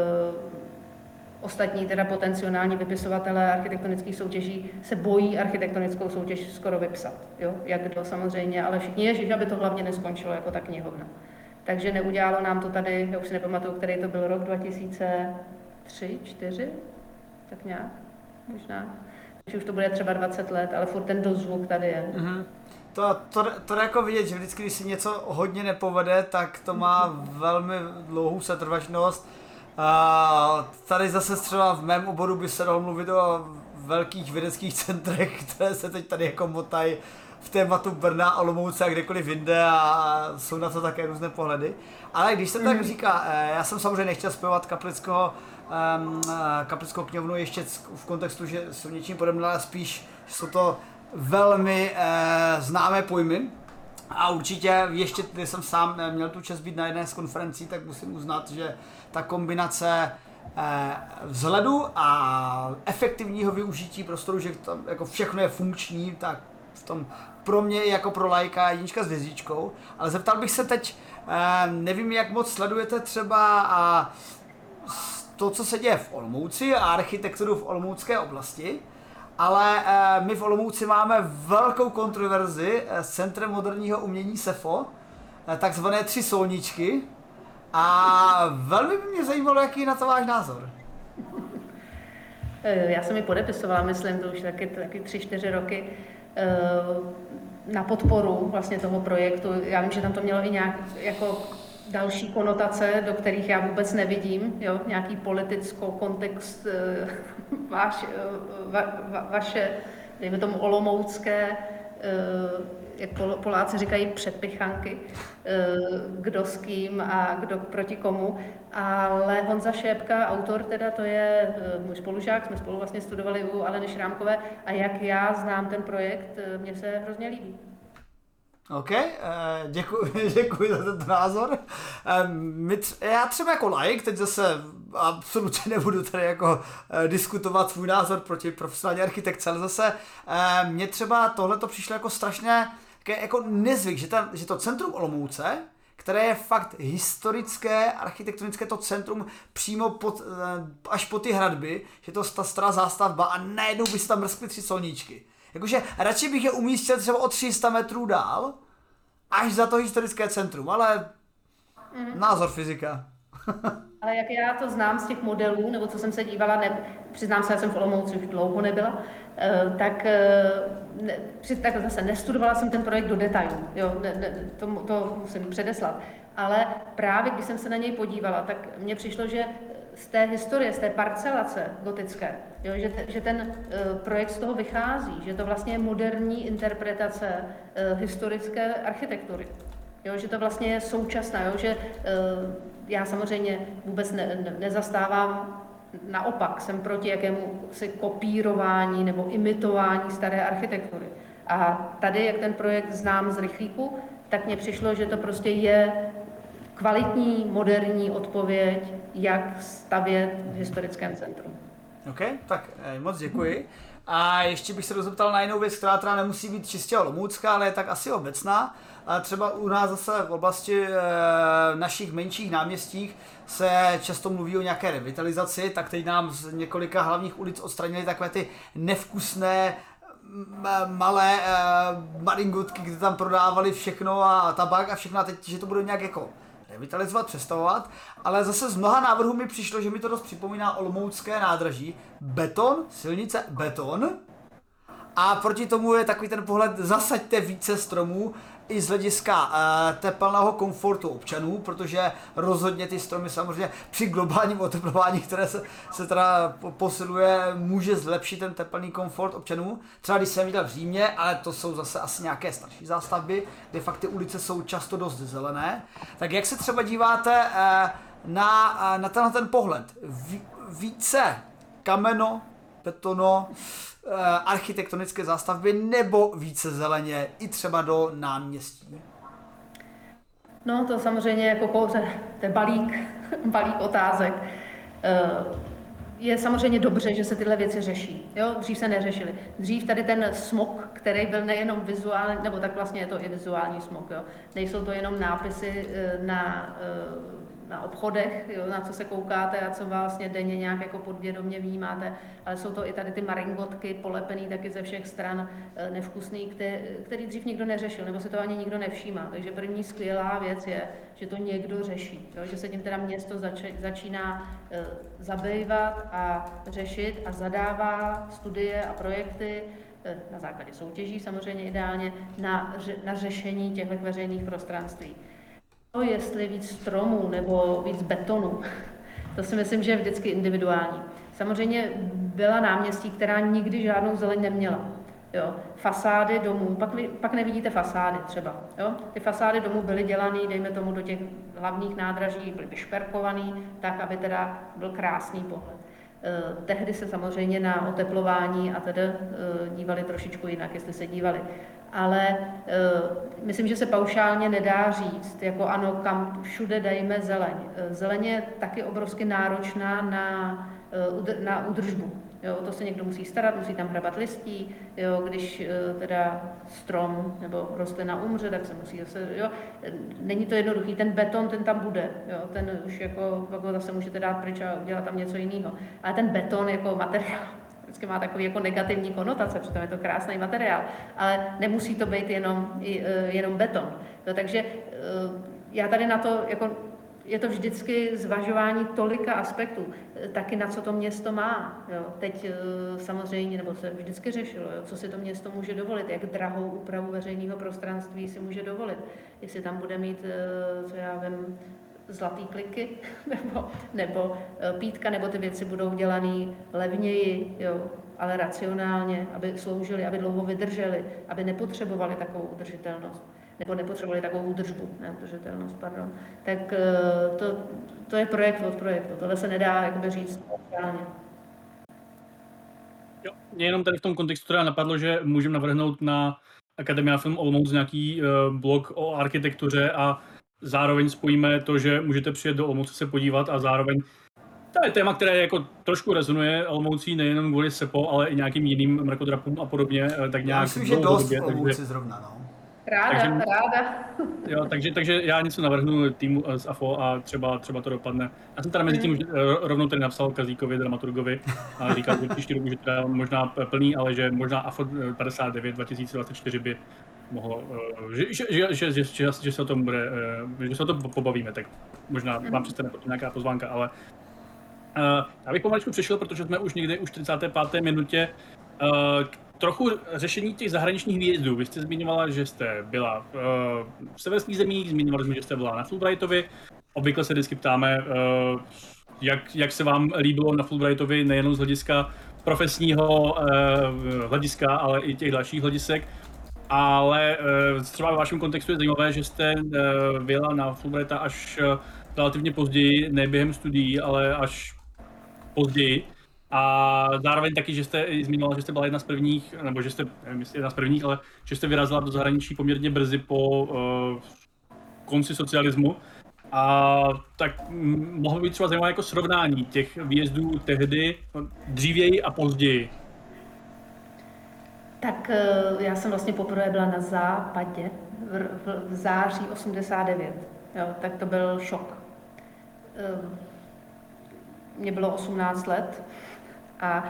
ostatní teda potenciální vypisovatelé architektonických soutěží se bojí architektonickou soutěž skoro vypsat. Jo? Jak kdo samozřejmě, ale všichni ježiš, aby to hlavně neskončilo jako ta knihovna. Takže neudělalo nám to tady, já už si nepamatuju, který to byl rok, 2003, 2004, tak nějak, možná. Takže už to bude třeba 20 let, ale furt ten dozvuk tady je. Mm-hmm. To jako vidět, že vždycky, když si něco hodně nepovede, tak to má velmi dlouhou setrvačnost. Tady zase třeba v mém oboru by se dalo mluvit o velkých vědeckých centrech, které se teď tady jako motají v tématu Brna, Olomouce a kdekoliv jinde a jsou na to také různé pohledy. Ale když se tak říká, já jsem samozřejmě nechtěl spojovat Kaplickou knihovnu ještě v kontextu, že jsou něčím podobné, ale spíš jsou to velmi známé pojmy. A určitě ještě, když jsem sám měl tu čest být na jedné z konferencí, tak musím uznat, že ta kombinace vzhledu a efektivního využití prostoru, že tam jako všechno je funkční, tak v tom pro mě jako pro laika jednička s hvězdičkou. Ale zeptal bych se teď, nevím, jak moc sledujete třeba to, co se děje v Olomouci a architekturu v olomoucké oblasti, ale my v Olomouci máme velkou kontroverzi s Centrem moderního umění SEFO, takzvané 3 solničky. A velmi by mě zajímalo, jaký je na to váš názor. Já jsem ji podepisovala, myslím, to už taky 3-4 roky, na podporu vlastně toho projektu. Já vím, že tam to mělo i nějak jako další konotace, do kterých já vůbec nevidím, jo? Nějaký politickou kontext, vaše, dejme tomu olomoucké, jak Poláci říkají, předpichanky, kdo s kým a kdo proti komu. Ale Honza Šépka, autor teda, to je můj spolužák, jsme spolu vlastně studovali u Aleny Šrámkové a jak já znám ten projekt, mně se hrozně líbí. OK, děkuji za ten názor. Já třeba jako laik, teď zase absolutně nebudu tady jako diskutovat svůj názor proti profesionální architektce, ale zase mně třeba tohleto přišlo jako strašně jako nezvyk, že to centrum Olomouce, které je fakt historické, architektonické to centrum přímo až po ty hradby, že to ta stará zástavba a najednou by se tam mrskly 3 solníčky. Jakože radši bych je umístil třeba o 300 metrů dál, až za to historické centrum, ale Názor fyzika. Ale jak já to znám z těch modelů, nebo co jsem se dívala, přiznám se, já jsem v Olomouci už dlouho nebyla, tak zase nestudovala jsem ten projekt do detailů, jo, to musím předeslat. Ale právě když jsem se na něj podívala, tak mně přišlo, že z té historie, z té parcelace gotické, jo, že ten projekt z toho vychází, že to vlastně je moderní interpretace historické architektury. Jo, že to vlastně je současná, jo, že já samozřejmě vůbec nezastávám, naopak jsem proti jakému si kopírování nebo imitování staré architektury. A tady, jak ten projekt znám z rychlíku, tak mně přišlo, že to prostě je kvalitní, moderní odpověď, jak stavět v historickém centru. OK, tak moc děkuji. A ještě bych se rozeptal na jinou věc, která teda nemusí být čistě olomoucká, ale je tak asi obecná. A třeba u nás zase v oblasti našich menších náměstích se často mluví o nějaké revitalizaci, tak teď nám z několika hlavních ulic odstranili takové ty nevkusné malé maringotky, kde tam prodávali všechno a tabák a všechno a teď, že to bude nějak jako revitalizovat, přestavovat, ale zase z mnoha návrhů mi přišlo, že mi to dost připomíná olomoucké nádraží. Beton, silnice, beton. A proti tomu je takový ten pohled, zasaďte více stromů i z hlediska tepelného komfortu občanů, protože rozhodně ty stromy samozřejmě při globálním oteplování, které se teda posiluje, může zlepšit ten tepelný komfort občanů. Třeba když jsem viděl v Římě, ale to jsou zase asi nějaké starší zástavby, kde fakt ty ulice jsou často dost zelené. Tak jak se třeba díváte na ten pohled? Více kameno, betono, architektonické zástavby nebo více zeleně i třeba do náměstí? No to samozřejmě jako to je balík otázek. Je samozřejmě dobře, že se tyhle věci řeší. Jo? Dřív se neřešily. Dřív tady ten smog, který byl nejenom vizuální, nebo tak vlastně je to i vizuální smog. Jo? Nejsou to jenom nápisy na obchodech, jo, na co se koukáte a co vlastně denně nějak jako podvědomě vnímáte, ale jsou to i tady ty maringotky polepený taky ze všech stran nevkusný, který dřív nikdo neřešil, nebo si to ani nikdo nevšímá. Takže první skvělá věc je, že to někdo řeší, jo, že se tím teda město začíná zabývat a řešit a zadává studie a projekty na základě soutěží samozřejmě ideálně na řešení těchto veřejných prostranství. Jestli víc stromů nebo víc betonu, to si myslím, že je vždycky individuální. Samozřejmě byla náměstí, která nikdy žádnou zeleň neměla. Jo. Fasády domů, pak nevidíte fasády třeba. Jo. Ty fasády domů byly dělané, dejme tomu, do těch hlavních nádraží, byly vyšperkovaný, tak, aby teda byl krásný pohled. Tehdy se samozřejmě na oteplování a teda dívali trošičku jinak, jestli se dívali. Ale myslím, že se paušálně nedá říct, jako ano, kam všude dejme zeleň. Zeleň je taky obrovsky náročná na údržbu. Jo, to se někdo musí starat, musí tam hrabat listí, jo, když teda strom nebo rostlina umře, tak se musí zase, jo, není to jednoduchý, ten beton, ten tam bude, jo, ten už jako zase můžete dát pryč a udělat tam něco jiného. Ale ten beton jako materiál, vždycky má takový jako negativní konotace, přitom je to krásný materiál, ale nemusí to být jenom beton. No, takže já tady na to, jako, je to vždycky zvažování tolika aspektů, taky na co to město má. Jo. Teď samozřejmě, nebo se vždycky řešilo, jo, co si to město může dovolit, jak drahou úpravu veřejného prostranství si může dovolit, jestli tam bude mít, co já vím, zlatý kliky, nebo pítka, nebo ty věci budou dělané levněji, jo, ale racionálně, aby sloužily, aby dlouho vydržely, aby nepotřebovali takovou udržitelnost, nebo nepotřebovali takovou údržbu, ne udržitelnost, pardon. Tak to je projekt od projektu, tohle se nedá jakoby říct reálně. Jo, mě jenom tady v tom kontextu teda napadlo, že můžeme navrhnout na Akademia Film Olomouc nějaký blog o architektuře a zároveň spojíme to, že můžete přijet do Olomouce se podívat a zároveň to je téma, které jako trošku rezonuje Olomoucí nejenom kvůli SEPO, ale i nějakým jiným mrakodrapům a podobně. Tak nějak já myslím, že dost v Olomouci zrovna, no. Ráda. Jo, takže já něco navrhnu týmu z AFO a třeba to dopadne. Já jsem teda mezi tím rovnou tady napsal Kazíkovi, dramaturgovi, a říkal, že příští rok už je teda možná plný, ale že možná AFO 59 2024 by mohlo, že se o tom bude, že se o tom pobavíme, tak možná vám přistane nějaká pozvánka, ale já bych pomaličku přešel, protože jsme už někde už 35. minutě k trochu řešení těch zahraničních výjezdů. Vy jste zmiňovala, že jste byla v severských zemích, zmiňovali jsme, že jste byla na Fulbrightovi. Obvykle se vždycky ptáme, jak se vám líbilo na Fulbrightovi, nejen z hlediska profesního hlediska, ale i těch dalších hledisek. Ale třeba ve vašem kontextu je zajímavé, že jste vyjela na Fulbrighta až relativně později, ne během studií, ale až později. A zároveň taky, že jste zmiňovala, že jste byla jedna z prvních, nebo že jste, nevím, jestli jedna z prvních, ale že jste vyrazila do zahraničí poměrně brzy po konci socialismu. A tak mohlo být třeba zajímavé jako srovnání těch výjezdů tehdy, dřívěji a později. Tak já jsem vlastně poprvé byla na západě v září 89, jo, tak to byl šok. Mně bylo 18 let a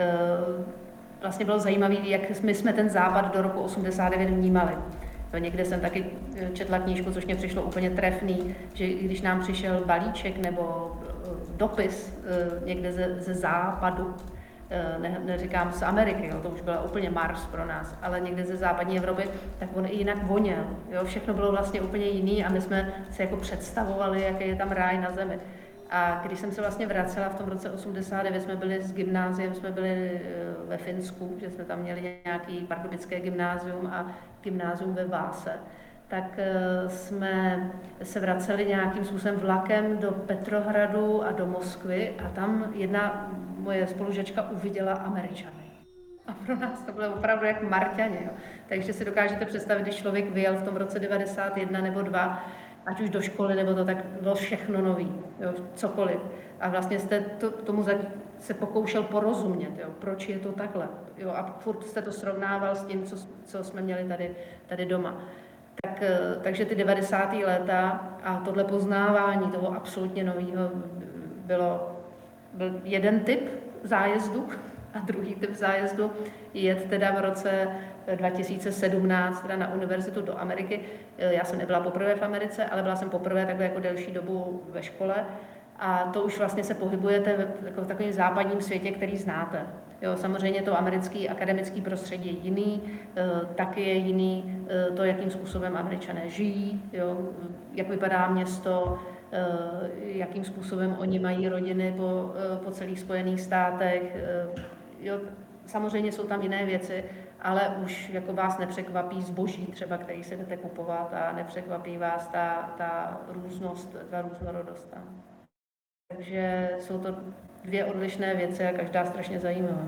vlastně bylo zajímavé, jak my jsme ten západ do roku 89 vnímali. Jo, někde jsem taky četla knížku, což mě přišlo úplně trefný, že když nám přišel balíček nebo dopis někde ze západu, neříkám z Ameriky, jo, to už byla úplně Mars pro nás, ale někde ze západní Evropy, tak on i jinak voněl. Jo, všechno bylo vlastně úplně jiný a my jsme se jako představovali, jaký je tam ráj na zemi. A když jsem se vlastně vracela v tom roce 89, jsme byli s gymnáziem, jsme byli ve Finsku, že jsme tam měli nějaký pardubické gymnázium a gymnázium ve Váse, tak jsme se vraceli nějakým způsobem vlakem do Petrohradu a do Moskvy a tam jedna moje spolužačka uviděla Američany. A pro nás to bylo opravdu jak Marťaně. Jo. Takže si dokážete představit, když člověk vyjel v tom roce 91 nebo 2, ať už do školy, nebo to, tak bylo všechno nový, jo, cokoliv. A vlastně jste tomu se pokoušel porozumět, jo, proč je to takhle. Jo, a furt jste to srovnával s tím, co jsme měli tady doma. Takže ty 90. léta a tohle poznávání toho absolutně nového byl jeden typ zájezdu a druhý typ zájezdu jet teda v roce 2017 teda na univerzitu do Ameriky. Já jsem nebyla poprvé v Americe, ale byla jsem poprvé takhle jako delší dobu ve škole a to už vlastně se pohybujete v takovém západním světě, který znáte. Jo, samozřejmě to americké akademické prostředí je jiný, taky je jiný to, jakým způsobem Američané žijí, jo, jak vypadá město, jakým způsobem oni mají rodiny po celých Spojených státech. Jo, samozřejmě jsou tam jiné věci, ale už jako vás nepřekvapí zboží třeba, který si jdete kupovat a nepřekvapí vás ta různost, ta různorodost tam. Takže jsou to dvě odlišné věci a každá strašně zajímavá.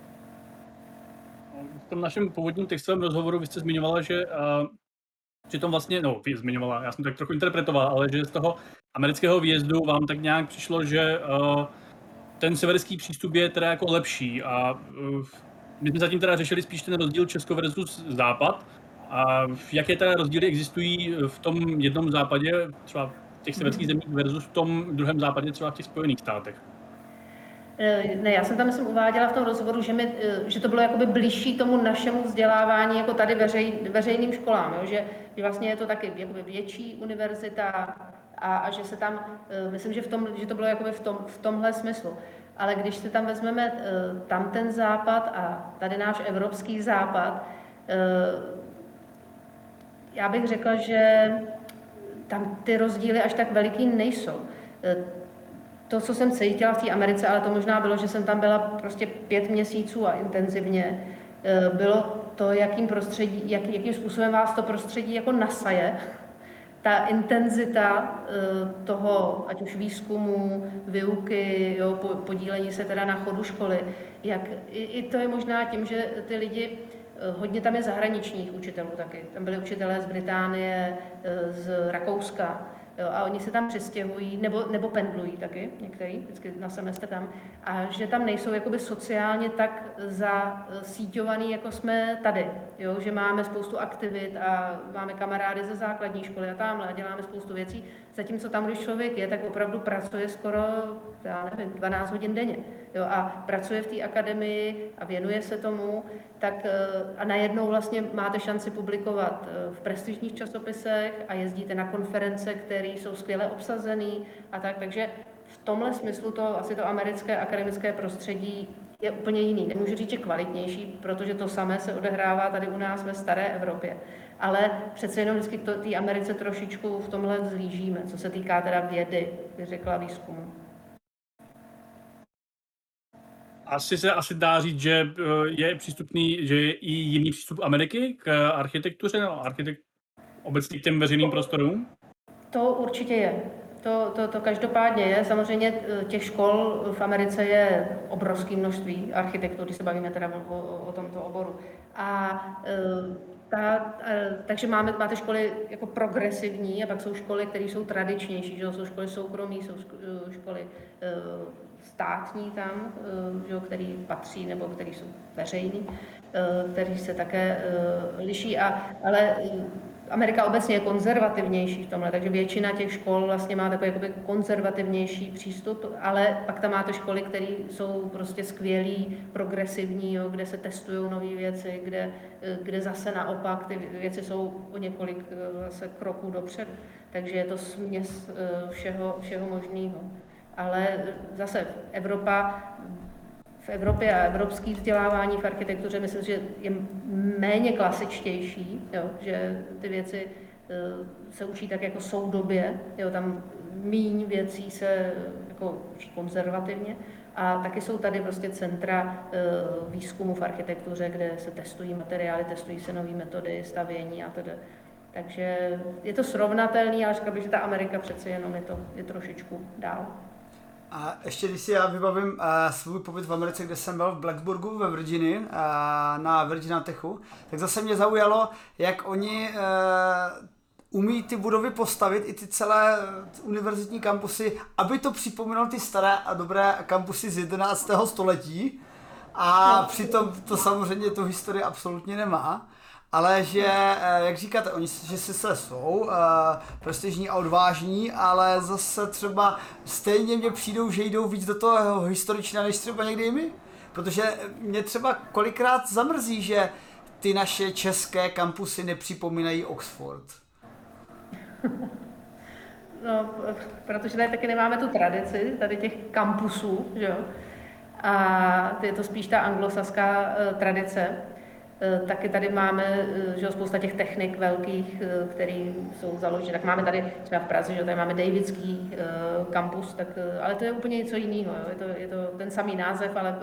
V tom našem původním textovém rozhovoru vy jste zmiňovala, že přitom vlastně, no, vy zmiňovala, já jsem tak trochu interpretoval, ale že z toho amerického výjezdu vám tak nějak přišlo, že ten severský přístup je teda jako lepší a my jsme zatím teda řešili spíš ten rozdíl Česko versus Západ. A jaké teda rozdíly existují v tom jednom západě, třeba v těch severských zemích versus v tom druhém západě, třeba v těch Spojených státech? Ne, já jsem tam myslím uváděla v tom rozhovoru, že to bylo jakoby blížší tomu našemu vzdělávání jako tady veřejným školám, jo? Že vlastně je to taky jakoby větší univerzita a že se tam, myslím, že to bylo jakoby v tomhle smyslu. Ale když se tam vezmeme tam ten západ a tady náš evropský západ, já bych řekla, že tam ty rozdíly až tak veliký nejsou. To, co jsem cítila v té Americe, ale to možná bylo, že jsem tam byla prostě 5 měsíců a intenzivně, bylo to, jakým způsobem vás to prostředí jako nasaje. Ta intenzita toho, ať už výzkumu, výuky, jo, podílení se teda na chodu školy, i to je možná tím, že ty lidi, hodně tam je zahraničních učitelů taky. Tam byli učitelé z Británie, z Rakouska, jo, a oni se tam přestěhují, nebo pendlují taky, některý, vždycky na semestr tam, a že tam nejsou jakoby sociálně tak zasíťovaný, jako jsme tady, jo, že máme spoustu aktivit a máme kamarády ze základní školy a tamhle a děláme spoustu věcí, Zatímco tam, když člověk je, tak opravdu pracuje skoro, já nevím, 12 hodin denně. Jo, a pracuje v té akademii a věnuje se tomu, tak a najednou vlastně máte šanci publikovat v prestižních časopisech a jezdíte na konference, které jsou skvěle obsazené a tak. Takže v tomhle smyslu to asi to americké akademické prostředí je úplně jiný. Nemůžu říct, že kvalitnější, protože to samé se odehrává tady u nás ve staré Evropě. Ale přece jenom vždycky té Americe trošičku v tomhle zhlížíme, co se týká teda vědy, bych řekla výzkumu. Asi dá říct, že je přístupný, že je i jiný přístup Ameriky k architektuře, no, obecně k těm veřejným prostorům? To určitě je. To každopádně je. Samozřejmě těch škol v Americe je obrovské množství architektů, když se bavíme teda o tomto oboru. Takže máte školy jako progresivní a pak jsou školy, které jsou tradičnější, že jsou školy soukromí, jsou školy státní tam, že, který patří nebo který jsou veřejný, který se také liší, ale Amerika obecně je konzervativnější v tomhle, takže většina těch škol vlastně má takový jakoby konzervativnější přístup, ale pak tam máte školy, které jsou prostě skvělý, progresivní, jo, kde se testují nové věci, kde zase naopak ty věci jsou o několik zase kroků dopředu. Takže je to směs všeho možného. Ale zase v Evropě a evropské vzdělávání v architektuře myslím, že je méně klasičtější, jo, že ty věci se učí tak jako soudobě, jo, tam míň věcí se jako učí konzervativně a taky jsou tady prostě centra výzkumu v architektuře, kde se testují materiály, testují se nové metody stavění a tedy. Takže je to srovnatelný, ale řekla bych, že ta Amerika přece jenom je trošičku dál. A ještě když si já vybavím svůj pobyt v Americe, kde jsem byl v Blacksburgu ve Virginii, na Virginia Techu, tak zase mě zaujalo, jak oni umí ty budovy postavit, i ty celé univerzitní kampusy, aby to připomínalo ty staré a dobré kampusy z 11. století. A přitom to samozřejmě tu historii absolutně nemá. Ale že, jak říkáte, oni že sice jsou prestižní a odvážní, ale zase třeba stejně mě přijdou, že jdou víc do toho historičného, než třeba někdy my. Protože mě třeba kolikrát zamrzí, že ty naše české kampusy nepřipomínají Oxford. No, protože tady taky nemáme tu tradici, tady těch kampusů, že jo. A je to spíš ta anglosaská tradice. Taky tady máme, že spousta těch technik velkých, které jsou založeny. Tak máme tady třeba v Praze, že tady máme Davidský kampus, tak, ale to je úplně něco jiného. Je to ten samý název, ale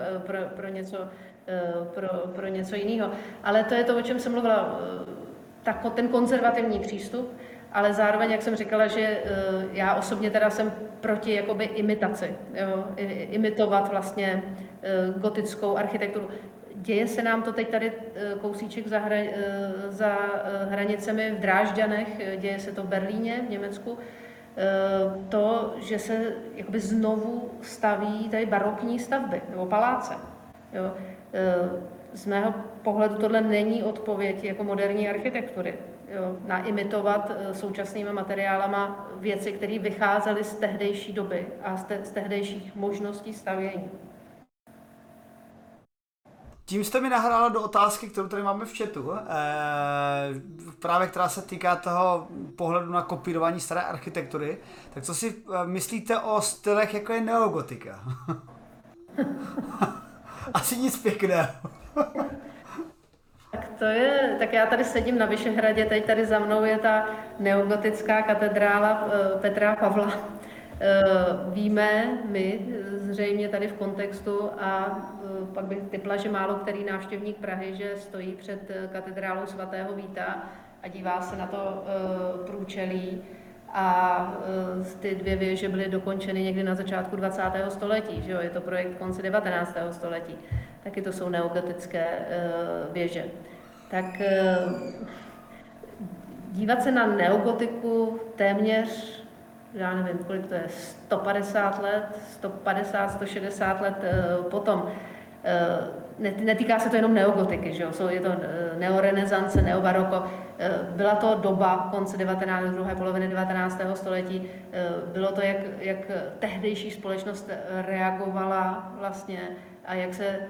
pro něco jiného. Ale to je to, o čem jsem mluvila, ten konzervativní přístup, ale zároveň, jak jsem říkala, že já osobně teda jsem proti jakoby imitaci, jo? Imitovat vlastně gotickou architekturu. Děje se nám to teď tady kousíček za hranicemi v Drážďanech, děje se to v Berlíně, v Německu, to, že se jakoby znovu staví tady barokní stavby nebo paláce. Jo. Z mého pohledu tohle není odpověď jako moderní architektury. Jo. Naimitovat současnými materiálama věci, které vycházely z tehdejší doby a z tehdejších možností stavění. Tím jste mi nahrála do otázky, kterou tady máme v chatu, právě která se týká toho pohledu na kopírování staré architektury. Tak co si myslíte o stylech, jako je neogotika? Asi nic pěkného. Tak já tady sedím na Vyšehradě, teď tady za mnou je ta neogotická katedrála Petra Pavla. Víme my zřejmě tady v kontextu a pak bych tipla, že málo který návštěvník Prahy, že stojí před katedrálou svatého Víta a dívá se na to průčelí a ty dvě věže byly dokončeny někdy na začátku 20. století, že jo? Je to projekt konce 19. století, taky to jsou neogotické věže. Tak dívat se na neogotiku téměř, já nevím, kolik to je, 150 let, 150, 160 let potom. netýká se to jenom neogotiky, že jo? Je to neorenesance, neobaroko. Byla to doba konce druhé poloviny 19. století. Bylo to, jak tehdejší společnost reagovala vlastně a jak se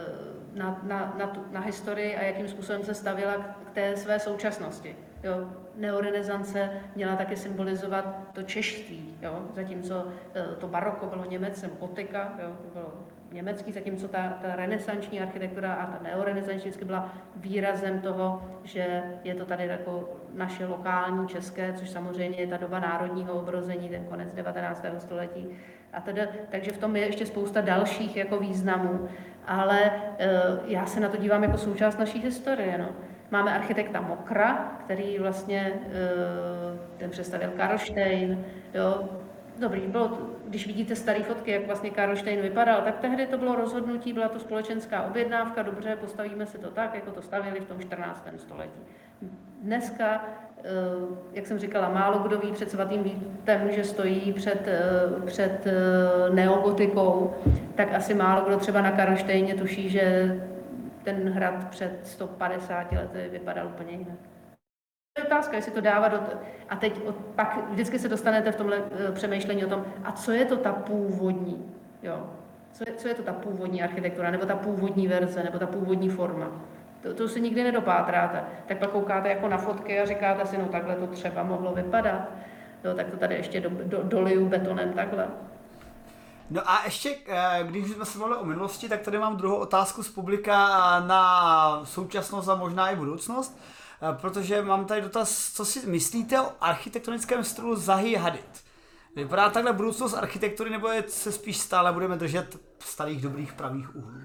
na historii a jakým způsobem se stavěla k té své současnosti. Jo? Neorenesance měla taky symbolizovat to češství, jo? Zatímco to baroko bylo Němecem, gotika, jo? To bylo německý, zatímco ta renesanční architektura a ta neorenesanční vždycky byla výrazem toho, že je to tady jako naše lokální české, což samozřejmě je ta doba národního obrození, ten konec 19. století. A teda, takže v tom je ještě spousta dalších jako významů, ale já se na to dívám jako součást naší historie. No. Máme architekta Mokra, který vlastně ten představil Karlštejn, jo. Dobrý, když vidíte staré fotky, jak vlastně Karlštejn vypadal, tak tehdy to bylo rozhodnutí, byla to společenská objednávka, dobře, postavíme si to tak, jako to stavěli v tom 14. století. Dneska, jak jsem říkala, málo kdo ví před svatým Vítem, že stojí před neogotikou, tak asi málo kdo třeba na Karlštejně tuší, že ten hrad před 150 lety vypadal úplně jinak. Je otázka, jestli to dává a teď pak vždycky se dostanete v tomhle přemýšlení o tom, a co je to ta původní, jo? Co je to ta původní architektura, nebo ta původní verze, nebo ta původní forma. To si nikdy nedopátráte. Tak pak koukáte jako na fotky a říkáte si, no takhle to třeba mohlo vypadat. Jo, tak to tady ještě doliju betonem takhle. No a ještě, když jsme se mluvili o minulosti, tak tady mám druhou otázku z publika na současnost a možná i budoucnost. Protože mám tady dotaz, co si myslíte o architektonickém stylu Zahi Hadid? Vypadá takhle budoucnost architektury, nebo se spíš stále budeme držet starých dobrých pravých úhlů?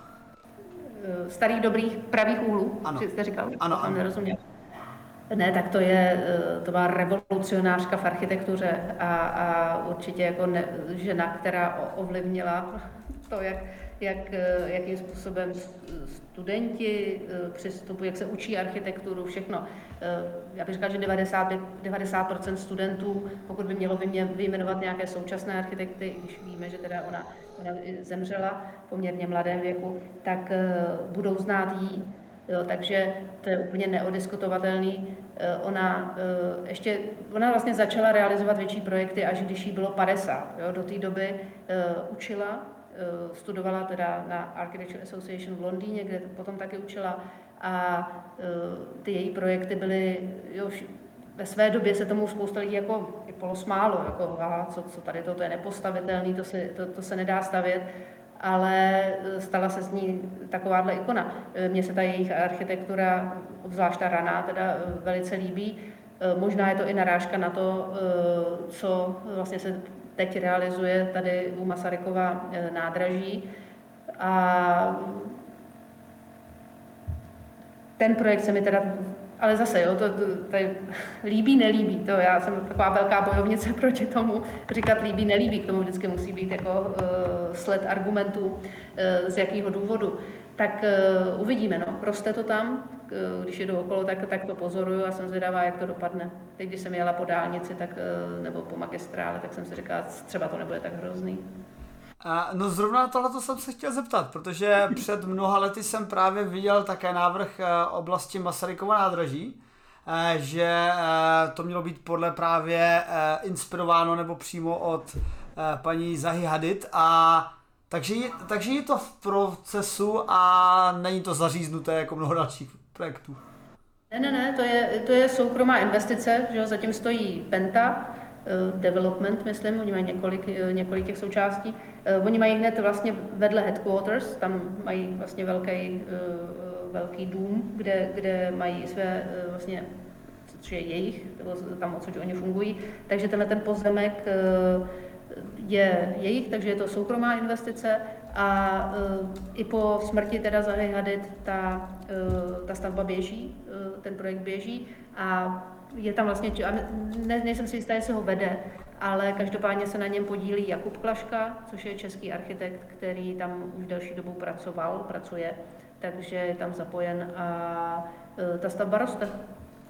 Starých dobrých pravých úhlů? Ano. Jste říkal? Ano, ano. Nerozuměl. Ne, tak to byla revolucionářka v architektuře a určitě jako žena, která ovlivnila to, jakým způsobem studenti přistupují, jak se učí architekturu, všechno. Já bych říkala, že 90% studentů, pokud by mělo vyjmenovat nějaké současné architekty, když víme, že teda ona zemřela v poměrně mladém věku, tak budou znát jí. Jo, takže to je úplně neodiskutovatelný. Ona vlastně začala realizovat větší projekty, až když jí bylo 50. Jo. Do té doby učila, studovala teda na Architecture Association v Londýně, kde potom taky učila a ty její projekty byly, ve své době se tomu spousta lidí jako i polosmálo, jako co tady to je nepostavitelný, to se nedá stavět, ale stala se z ní takováhle ikona. Mně se ta jejich architektura, obzvlášť ta raná, teda velice líbí. Možná je to i narážka na to, co vlastně se teď realizuje tady u Masarykova nádraží. A ten projekt se mi teda, ale zase, jo, to líbí, nelíbí, to já jsem taková velká bojovnice proti tomu, říkat líbí, nelíbí, k tomu vždycky musí být jako sled argumentů, z jakého důvodu. Tak uvidíme, no, roste to tam, když jedu okolo, tak to pozoruju a jsem zvědavá, jak to dopadne. Teď, když jsem jela po dálnici, nebo po magistrále, tak jsem si říkala, třeba to nebude tak hrozný. No zrovna na tohle jsem se chtěl zeptat, protože před mnoha lety jsem právě viděl také návrh oblasti Masarykova nádraží, že to mělo být podle právě inspirováno nebo přímo od paní Zahi Hadid takže je to v procesu a není to zaříznuté jako mnoho dalších projektů. Ne, to je soukromá investice, že jo, zatím stojí Penta, Development, myslím, oni mají několik těch součástí. Oni mají hned vlastně vedle headquarters, tam mají vlastně velký dům, kde mají své vlastně, což je jejich, tam odsud oni fungují. Takže ten pozemek je jejich, takže je to soukromá investice a i po smrti teda Zahi Hadid ta stavba běží, ten projekt běží a je tam vlastně, nejsem si jistá, jestli ho vede, ale každopádně se na něm podílí Jakub Klaška, což je český architekt, který tam už delší dobu pracuje, takže je tam zapojen a ta stavba roste.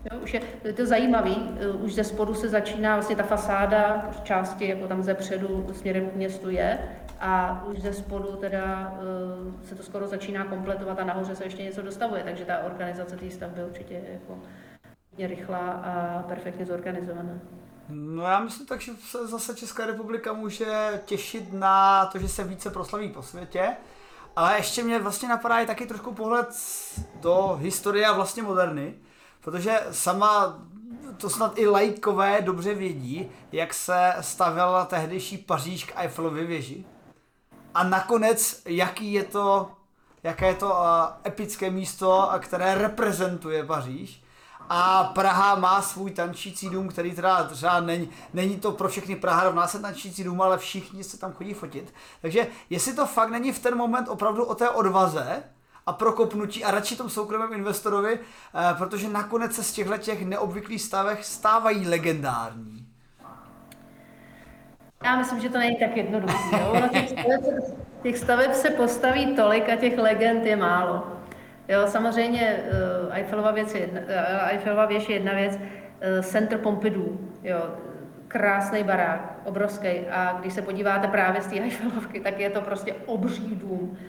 Jo, už je to zajímavý, už ze spodu se začíná vlastně ta fasáda v části, jako tam ze předu směrem k městu je, a už ze spodu teda se to skoro začíná kompletovat a nahoře se ještě něco dostavuje, takže ta organizace té stavby určitě je jako hodně rychlá a perfektně zorganizovaná. No já myslím tak, že se zase Česká republika může těšit na to, že se více proslaví po světě, ale ještě mě vlastně napadá i taky trošku pohled do historie a vlastně moderny, protože sama, to snad i laikové dobře vědí, jak se stavěla tehdejší Paříž k Eiffelově věži. A nakonec, jaké je to epické místo, které reprezentuje Paříž. A Praha má svůj tančící dům, který teda není to pro všechny Praha rovná se tančící dům, ale všichni se tam chodí fotit. Takže jestli to fakt není v ten moment opravdu o té odvaze a prokopnutí a radši tom soukromém investorovi, protože nakonec se z těch neobvyklých stavech stávají legendární. Já myslím, že to není tak jednoduché. Těch staveb se postaví tolik a těch legend je málo. Jo, samozřejmě Eiffelova věž je jedna věc, Centre Pompidou, jo, krásný barák, obrovský, a když se podíváte právě z té Eiffelovky, tak je to prostě obří dům,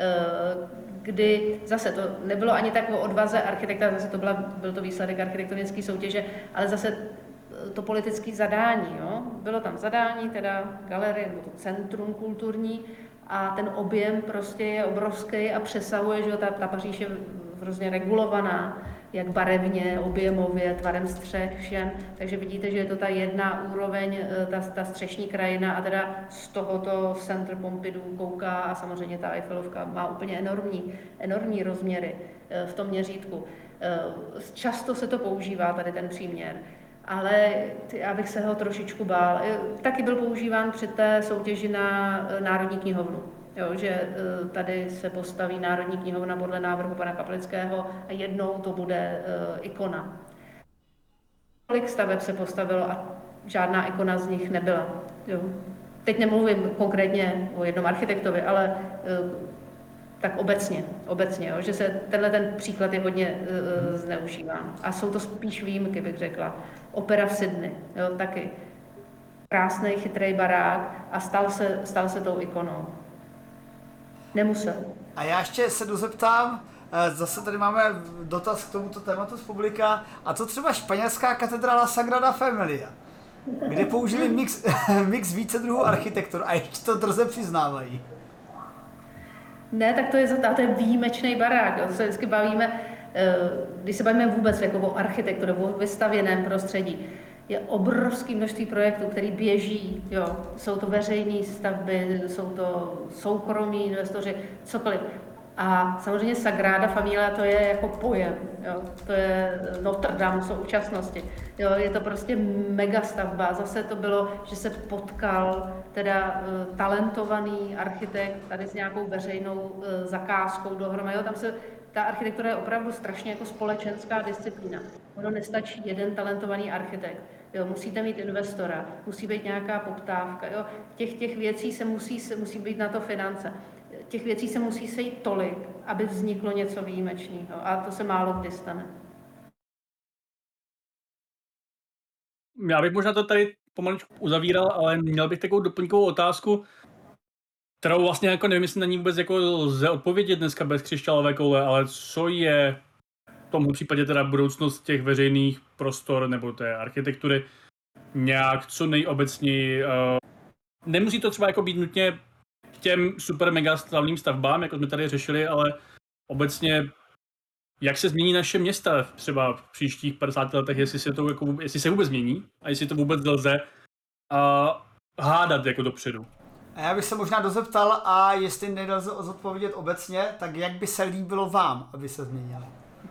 kdy zase to nebylo ani tak o odvaze architekta, zase byl to výsledek architektonické soutěže, ale zase to politické zadání, jo. Bylo tam zadání, teda galerie, nebo to centrum kulturní, a ten objem prostě je obrovský a přesahuje, že ta Paříž je hrozně regulovaná, jak barevně, objemově, tvarem střech, všem. Takže vidíte, že je to ta jedna úroveň, ta střešní krajina, a teda z tohoto Centre Pompidou kouká, a samozřejmě ta Eiffelovka má úplně enormní rozměry v tom měřítku. Často se to používá, tady ten příměr, ale já bych se ho trošičku bál. Taky byl používán při té soutěži na Národní knihovnu. Jo, že tady se postaví Národní knihovna podle návrhu pana Kaplického a jednou to bude ikona. Kolik staveb se postavilo a žádná ikona z nich nebyla. Jo. Teď nemluvím konkrétně o jednom architektovi, ale tak obecně, jo, že se ten příklad je hodně zneužíván. A jsou to spíš výjimky, bych řekla. Opera v Sydney, jo, taky. Krásný, chytrý barák a stal se tou ikonou. Nemusel. A já ještě se dozeptám, zase tady máme dotaz k tomuto tématu z publika, a co třeba španělská katedrála Sagrada Familia, kde použili mix více druhů architektur a ještě to drze přiznávají. Ne, tak to je výjimečný barák. Jo. To se vždycky bavíme, když se bavíme vůbec jako o architekturu, o vystavěném prostředí. Je obrovské množství projektů, které běží. Jo. Jsou to veřejné stavby, jsou to soukromí investoři, cokoliv. A samozřejmě Sagrada Familia, to je jako pojem. Jo. To je Notre Dame v současnosti. Jo. Je to prostě megastavba. Zase to bylo, že se potkal teda talentovaný architekt tady s nějakou veřejnou zakázkou dohromady. Tam ta architektura je opravdu strašně jako společenská disciplína. Ono nestačí jeden talentovaný architekt. Jo, musíte mít investora, musí být nějaká poptávka. Jo. Těch věcí se musí být na to finance. Těch věcí se musí sejít tolik, aby vzniklo něco výjimečného. A to se málo kdy stane. Já bych možná to tady pomaličku uzavíral, ale měl bych takovou doplňkovou otázku, kterou vlastně jako nevím, jestli na ní vůbec jako lze odpovědět dneska bez křišťálové koule, ale co je v tomhle případě teda budoucnost těch veřejných prostor nebo té architektury nějak co nejobecněji. Nemusí to třeba jako být nutně k těm super mega slavným stavbám, jako jsme tady řešili, ale obecně jak se změní naše města třeba v příštích 50 letech, jestli se vůbec změní a jestli to vůbec lze hádat jako dopředu. A já bych se možná dozeptal, a jestli nelze zodpovědět obecně, tak jak by se líbilo vám, aby se změnily?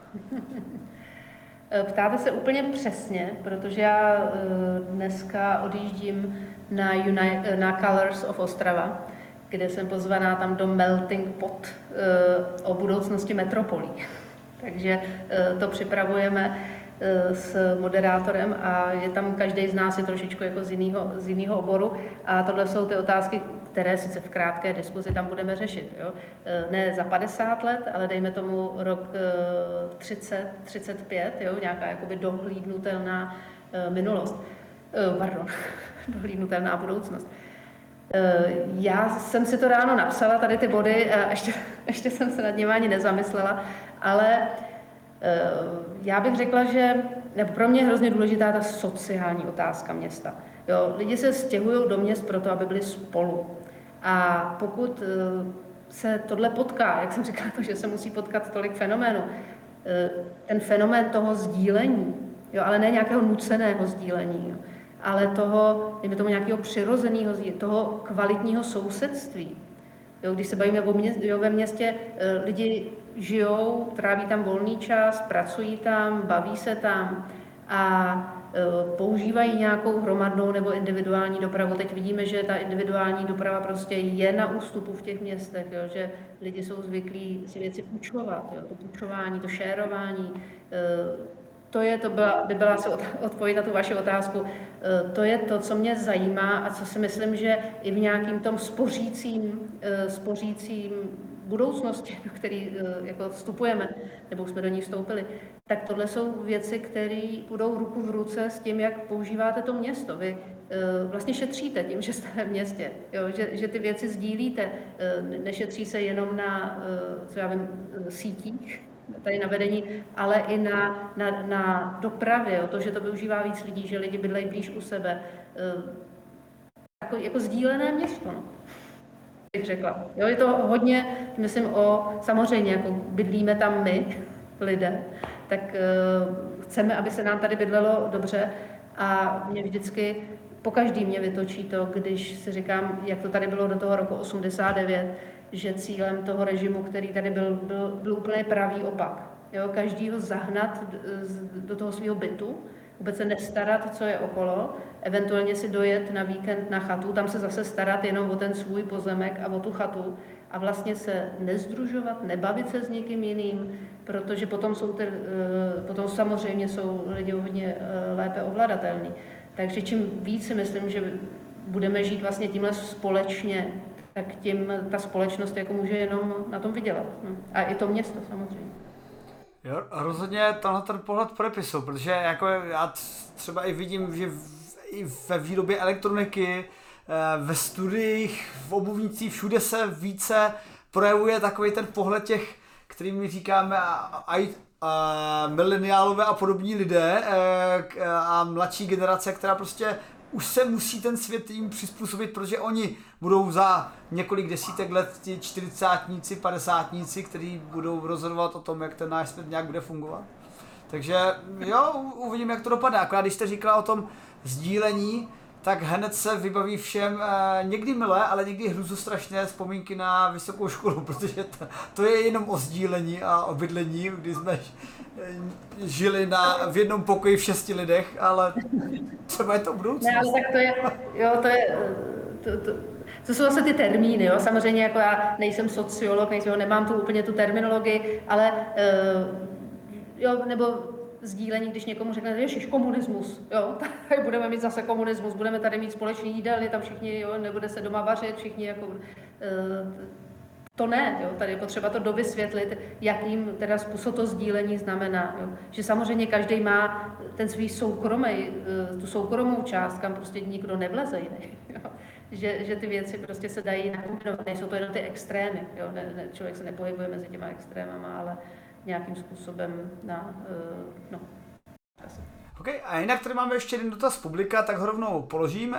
Ptáte se úplně přesně, protože já dneska odjíždím na Colors of Ostrava, kde jsem pozvaná tam do Melting Pot o budoucnosti metropolí. Takže to připravujeme s moderátorem a je tam každý z nás je trošičku jako z jiného oboru, a tohle jsou ty otázky, které sice v krátké diskuzi tam budeme řešit. Jo? Ne za 50 let, ale dejme tomu rok 30, 35, jo? Nějaká jakoby dohlídnutelná minulost. Pardon, dohlídnutelná budoucnost. Já jsem si to ráno napsala, tady ty body, a ještě jsem se nad nimi ani nezamyslela, ale já bych řekla, že nebo pro mě je hrozně důležitá ta sociální otázka města. Jo, lidi se stěhují do měst proto, aby byli spolu. A pokud se tohle potká, jak jsem říkala, to, že se musí potkat tolik fenoménů, ten fenomén toho sdílení, jo, ale ne nějakého nuceného sdílení, jo, ale toho, dejme tomu nějakého přirozeného sdílení, toho kvalitního sousedství. Jo, když se bavíme o ve městě, lidi žijou, tráví tam volný čas, pracují tam, baví se tam a používají nějakou hromadnou nebo individuální dopravu. Teď vidíme, že ta individuální doprava prostě je na ústupu v těch městech, jo, že lidi jsou zvyklí si věci půjčovat, jo, to půjčování, to šérování. By byla asi odpověď na tu vaši otázku. To je to, co mě zajímá a co si myslím, že i v nějakým tom spořícím budoucnosti, do který jako vstupujeme, nebo už jsme do ní vstoupili, tak tohle jsou věci, které budou ruku v ruce s tím, jak používáte to město. Vy vlastně šetříte tím, že jste ve městě, jo? Že ty věci sdílíte. Nešetří se jenom na, co já vím, sítích, tady na vedení, ale i na dopravě, to, že to využívá víc lidí, že lidi bydlejí blíž u sebe. Jako sdílené město, no, bych řekla. Jo, je to hodně, myslím, samozřejmě, jako bydlíme tam my, lidé, tak chceme, aby se nám tady bydlelo dobře a mě vždycky, pokaždý mě vytočí to, když si říkám, jak to tady bylo do toho roku 89, že cílem toho režimu, který tady byl úplně pravý opak. Jo, každýho zahnat do toho svého bytu, vůbec se nestarat, co je okolo, eventuálně si dojet na víkend na chatu, tam se zase starat jenom o ten svůj pozemek a o tu chatu a vlastně se nezdružovat, nebavit se s někým jiným, protože potom samozřejmě jsou lidi hodně lépe ovladatelní. Takže čím víc si myslím, že budeme žít vlastně tímhle společně, tak tím ta společnost jako může jenom na tom vydělat. A i to město samozřejmě. Jo, rozhodně tenhle ten pohled podepisu, protože jako já třeba i vidím, že i ve výrobě elektroniky, ve studiích, v obuvnicích, všude se více projevuje takový ten pohled těch, kterým my říkáme mileniálové a podobní lidé a mladší generace, která prostě už se musí ten svět jim přizpůsobit, protože oni budou za několik desítek let ti 40-tníci, 50-tníci, kteří budou rozhodovat o tom, jak ten náš svět nějak bude fungovat. Takže jo, uvidím, jak to dopadá. Akorát když jste říkala o tom sdílení, tak hned se vybaví všem někdy milé, ale někdy hruzostrašné vzpomínky na vysokou školu, protože to je jenom o sdílení a o bydlení, kdy jsme žili v jednom pokoji v 6 lidech, ale třeba je to budoucnost. Ne, ale tak to jsou zase ty termíny, jo. Samozřejmě jako já nejsem sociolog, nemám tu úplně tu terminologii, ale jo, nebo sdílení, když někomu řeknete, ježiš, komunismus, jo, tady budeme mít zase komunismus, budeme tady mít společný jídelny, tam všichni, jo, nebude se doma vařit, všichni jako, to ne, jo, tady je potřeba to dovysvětlit, jakým teda způsob to sdílení znamená, jo. Že samozřejmě každý má ten svůj soukromý, tu soukromou část, kam prostě nikdo nevleze jiný, jo. Že ty věci prostě se dají nakombinovat, nejsou to jenom ty extrémy, jo, člověk se nepohybuje mezi těma extrémama, ale nějakým způsobem OK, a jinak tady máme ještě jeden dotaz z publika, tak ho rovnou položím.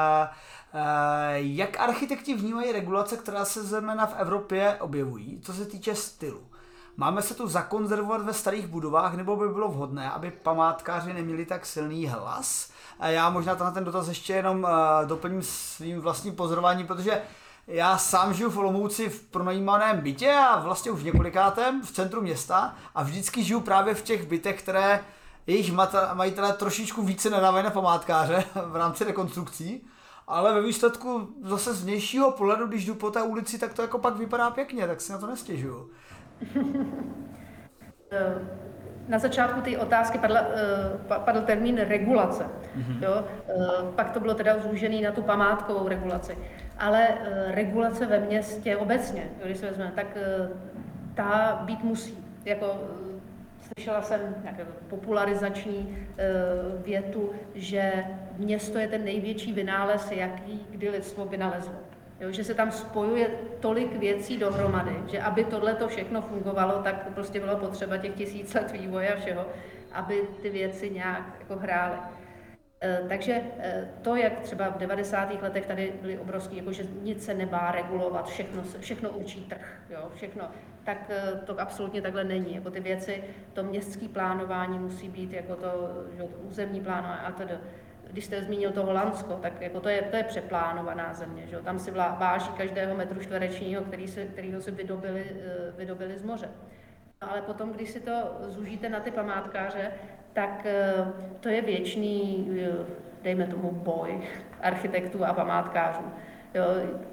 Jak architekti vnímají regulace, která se zejména v Evropě objevují, co se týče stylu? Máme se tu zakonzervovat ve starých budovách, nebo by bylo vhodné, aby památkáři neměli tak silný hlas? A já možná ten dotaz ještě jenom doplním svým vlastním pozorováním, protože já sám žiju v Olomouci v pronajímaném bytě a vlastně už několikátém v centru města a vždycky žiju právě v těch bytech, které jejich majitelé trošičku více nadávají na památkáře v rámci rekonstrukcí, ale ve výsledku zase z vnějšího pohledu, když jdu po té ulici, tak to jako pak vypadá pěkně, tak si na to nestěžuju. na začátku té otázky padl termín regulace. Jo? Pak to bylo teda zúžený na tu památkovou regulaci. Ale regulace ve městě obecně, jo, když se vezmeme, tak ta být musí. Jako, slyšela jsem nějakou popularizační větu, že město je ten největší vynález, jaký kdy lidstvo vynalezlo. Jo, že se tam spojuje tolik věcí dohromady, že aby tohleto všechno fungovalo, tak prostě bylo potřeba těch 1000 let vývoje a všeho, aby ty věci nějak jako hrály. Takže to, jak třeba v 90. letech tady byly obrovský, jako že nic se nemá regulovat, všechno určí trh, jo, všechno, tak to absolutně takhle není. Jako ty věci, to městské plánování musí být jako to, že, to územní plánování a tedy. Když jste zmínil to Holandsko, tak jako to je přeplánovaná země, že? Tam si váží každého metru čtverečního, kterýho si vydobili z moře. Ale potom, když si to zúžíte na ty památkáře, tak to je věčný, dejme tomu, boj architektů a památkářů. Jo,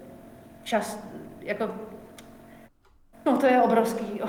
no to je obrovský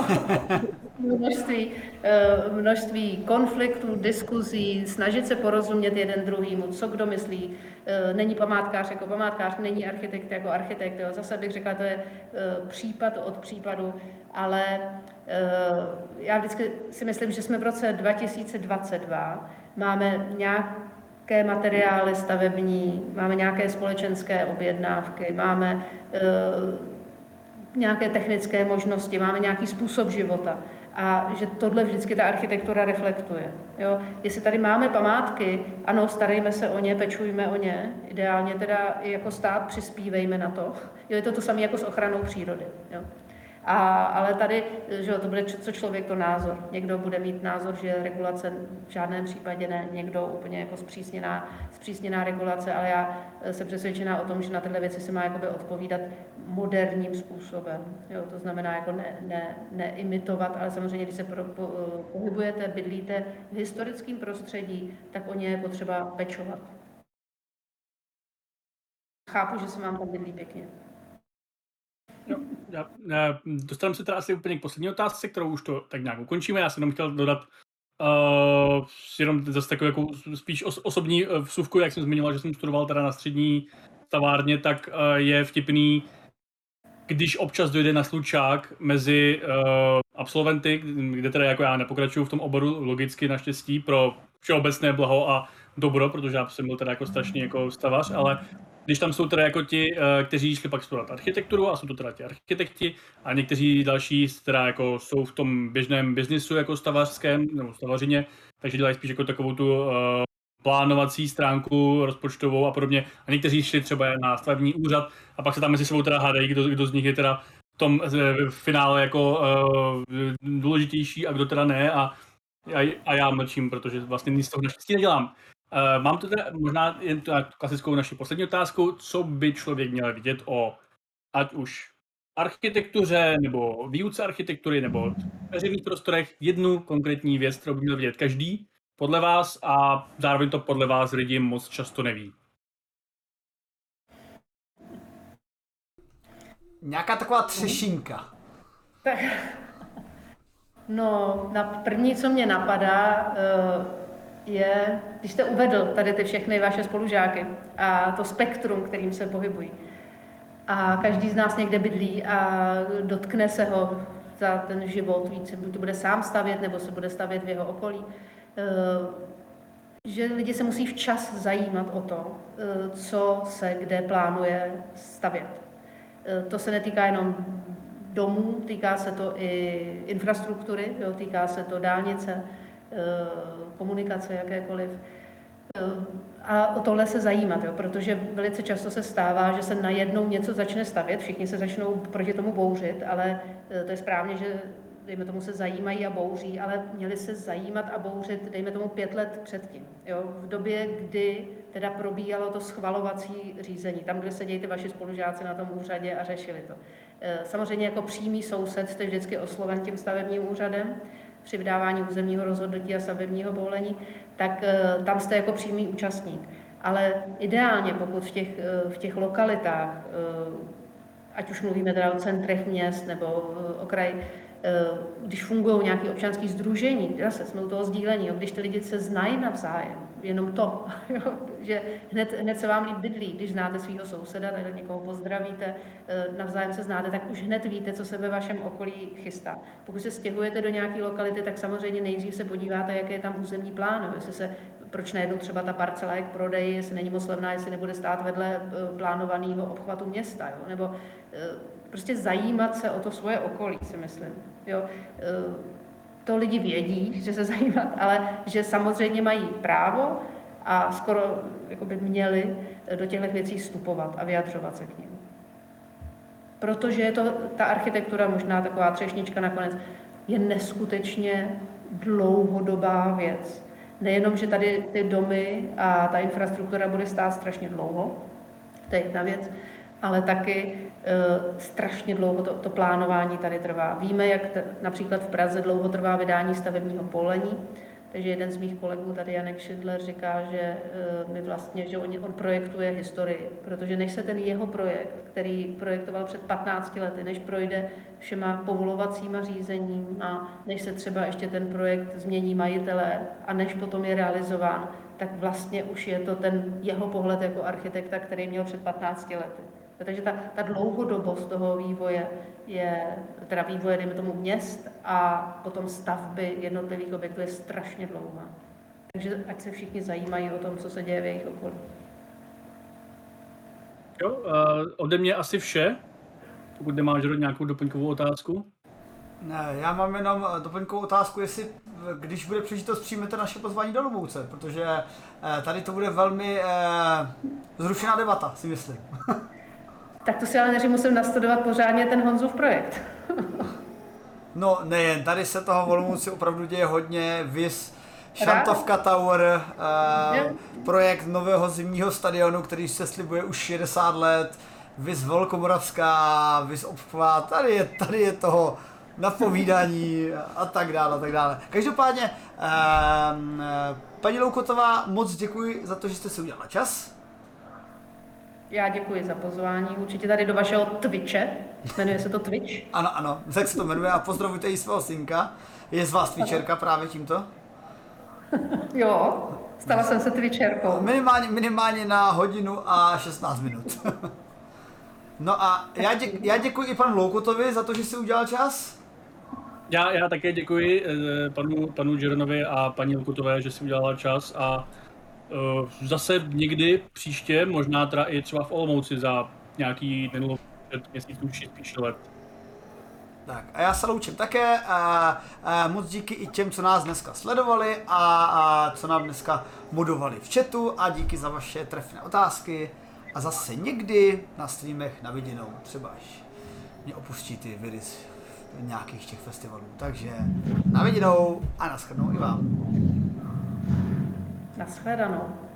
množství konfliktů, diskuzí, snažit se porozumět jeden druhýmu, co kdo myslí. Není památkář jako památkář, není architekt jako architekt. Jo. Zase bych řekla, to je případ od případu, ale já vždycky si myslím, že jsme v roce 2022, máme nějaké materiály stavební, máme nějaké společenské objednávky, máme nějaké technické možnosti, máme nějaký způsob života a že tohle vždycky ta architektura reflektuje. Jo? Jestli tady máme památky, ano, starejme se o ně, pečujme o ně, ideálně teda i jako stát přispívejme na to. Jo, je to samé jako s ochranou přírody. Jo? Ale tady, že to bude co člověk, to názor. Někdo bude mít názor, že regulace v žádném případě ne, někdo úplně jako zpřísněná regulace, ale já jsem přesvědčená o tom, že na tyhle věci se má jakoby odpovídat moderním způsobem. Jo, to znamená jako neimitovat, ale samozřejmě, když se pohybujete, bydlíte v historickém prostředí, tak o ně je potřeba pečovat. Chápu, že se vám tam bydlí pěkně. Jo, dostaneme se teda asi úplně k poslední otázce, kterou už to tak nějak ukončíme. Já jsem jenom chtěl dodat jenom zase takovou jako spíš osobní vsuvku, jak jsem zmiňoval, že jsem studoval teda na střední stavárně, tak je vtipný, když občas dojde na slučák mezi absolventy, kde teda jako já nepokračuju v tom oboru logicky naštěstí pro všeobecné blaho a dobro, protože já jsem byl teda jako strašný jako stavař, ale když tam jsou teda jako ti, kteří šli pak studovat architekturu a jsou to teda ti architekti a někteří další teda jako jsou v tom běžném biznisu jako stavařském nebo stavařině, takže dělají spíš jako takovou tu plánovací stránku rozpočtovou a podobně. A někteří šli třeba na stavební úřad a pak se tam mezi sebou teda hádají, kdo z nich je teda v tom finále jako důležitější a kdo teda ne. A já mlčím, protože vlastně nic z toho naštěstí nedělám. Mám to teda možná jen tu klasickou naši poslední otázku. Co by člověk měl vidět o ať už architektuře, nebo výuce architektury, nebo v veřejných prostorech, jednu konkrétní věc, kterou by měl vidět každý podle vás a zároveň to podle vás lidi moc často neví? Nějaká taková třešinka. Tak, no, první, co mě napadá, je, když jste uvedl tady ty všechny vaše spolužáky a to spektrum, kterým se pohybují. A každý z nás někde bydlí a dotkne se ho za ten život víc, buď to bude sám stavět, nebo se bude stavět v jeho okolí. Že lidi se musí včas zajímat o to, co se kde plánuje stavět. To se netýká jenom domů, týká se to i infrastruktury, jo, týká se to dálnice, komunikace jakékoliv. A o tohle se zajímat, jo, protože velice často se stává, že se najednou něco začne stavět, všichni se začnou proti tomu bouřit, ale to je správně, že dejme tomu se zajímají a bouří, ale měli se zajímat a bouřit, dejme tomu 5 let předtím. Jo? V době, kdy teda probíhalo to schvalovací řízení, tam, kde sedějí ty vaši spolužáci na tom úřadě a řešili to. Samozřejmě jako přímý soused jste vždycky osloven tím stavebním úřadem při vydávání územního rozhodnutí a stavebního povolení, tak tam jste jako přímý účastník. Ale ideálně, pokud v těch lokalitách, ať už mluvíme teda o centrech měst nebo okraji, když fungují nějaké občanské sdružení, zase jsme u toho sdílení, jo, když ty lidi se znají navzájem, jenom to, jo, že hned se vám líp bydlí, když znáte svého souseda, tak někoho pozdravíte, navzájem se znáte, tak už hned víte, co se ve vašem okolí chystá. Pokud se stěhujete do nějaké lokality, tak samozřejmě nejdřív se podíváte, jaký je tam územní plán, jo, jestli se proč najednou třeba ta parcela je k prodeji, jestli není moc levná, jestli nebude stát vedle plánovaného obchvatu města, jo? Nebo prostě zajímat se o to svoje okolí, si myslím. Jo? To lidi vědí, že se zajímat, ale že samozřejmě mají právo a skoro jako by měli do těchto věcí vstupovat a vyjadřovat se k nim. Protože je to ta architektura, možná taková třešnička nakonec, je neskutečně dlouhodobá věc. Nejenom, že tady ty domy a ta infrastruktura bude stát strašně dlouho, to je jedna věc, ale taky strašně dlouho to plánování tady trvá. Víme, jak například v Praze dlouho trvá vydání stavebního povolení, takže jeden z mých kolegů tady, Janek Schindler, říká, že že on projektuje historii, protože než se ten jeho projekt, který projektoval před 15 lety, než projde všema povolovacíma řízeníma, než se třeba ještě ten projekt změní majitele a než potom je realizován, tak vlastně už je to ten jeho pohled jako architekta, který měl před 15 lety. Takže ta dlouhodobost toho vývoje teda vývoje, dejme tomu, měst a potom stavby jednotlivých objektů je strašně dlouhá. Takže ať se všichni zajímají o tom, co se děje v jejich okolí. Jo, ode mě asi vše, pokud nemáš nějakou doplňkovou otázku. Ne, já mám jenom doplňkovou otázku, jestli, když bude příležitost, přijmete naše pozvání do Olomouce, protože tady to bude velmi zrušená debata, si myslím. Tak to si ale než musím nastudovat pořádně ten Honzův projekt. No nejen, tady se toho v Olomouci opravdu děje hodně, viz Šantovka Tower, projekt nového zimního stadionu, který se slibuje už 60 let, viz Velkomoravská, viz obchvat, tady je toho napovídání a tak dále, a tak dále. Každopádně, paní Loukotová, moc děkuji za to, že jste si udělala čas. Já děkuji za pozvání, určitě tady do vašeho Twitche, jmenuje se to Twitch? Ano, tak se to jmenuje a pozdravujte i svého synka. Je z vás Twitcherka právě tímto? Jo, stala jsem se Twitcherkou. Minimálně na hodinu a 16 minut. No a já děkuji i panu Loukotovi za to, že si udělal čas. Já také děkuji panu Žironovi a paní Loukotové, že si udělala čas a zase někdy příště, možná teda i třeba v Olomouci za nějaký měsíců či spíš let. Tak a já se loučím také, moc díky i těm, co nás dneska sledovali a co nám dneska modovali v chatu a díky za vaše trefné otázky a zase někdy na streamech na viděnou, třeba až mě opustí ty viry z nějakých těch festivalů, takže na viděnou a nashledanou i vám. Nashledanou.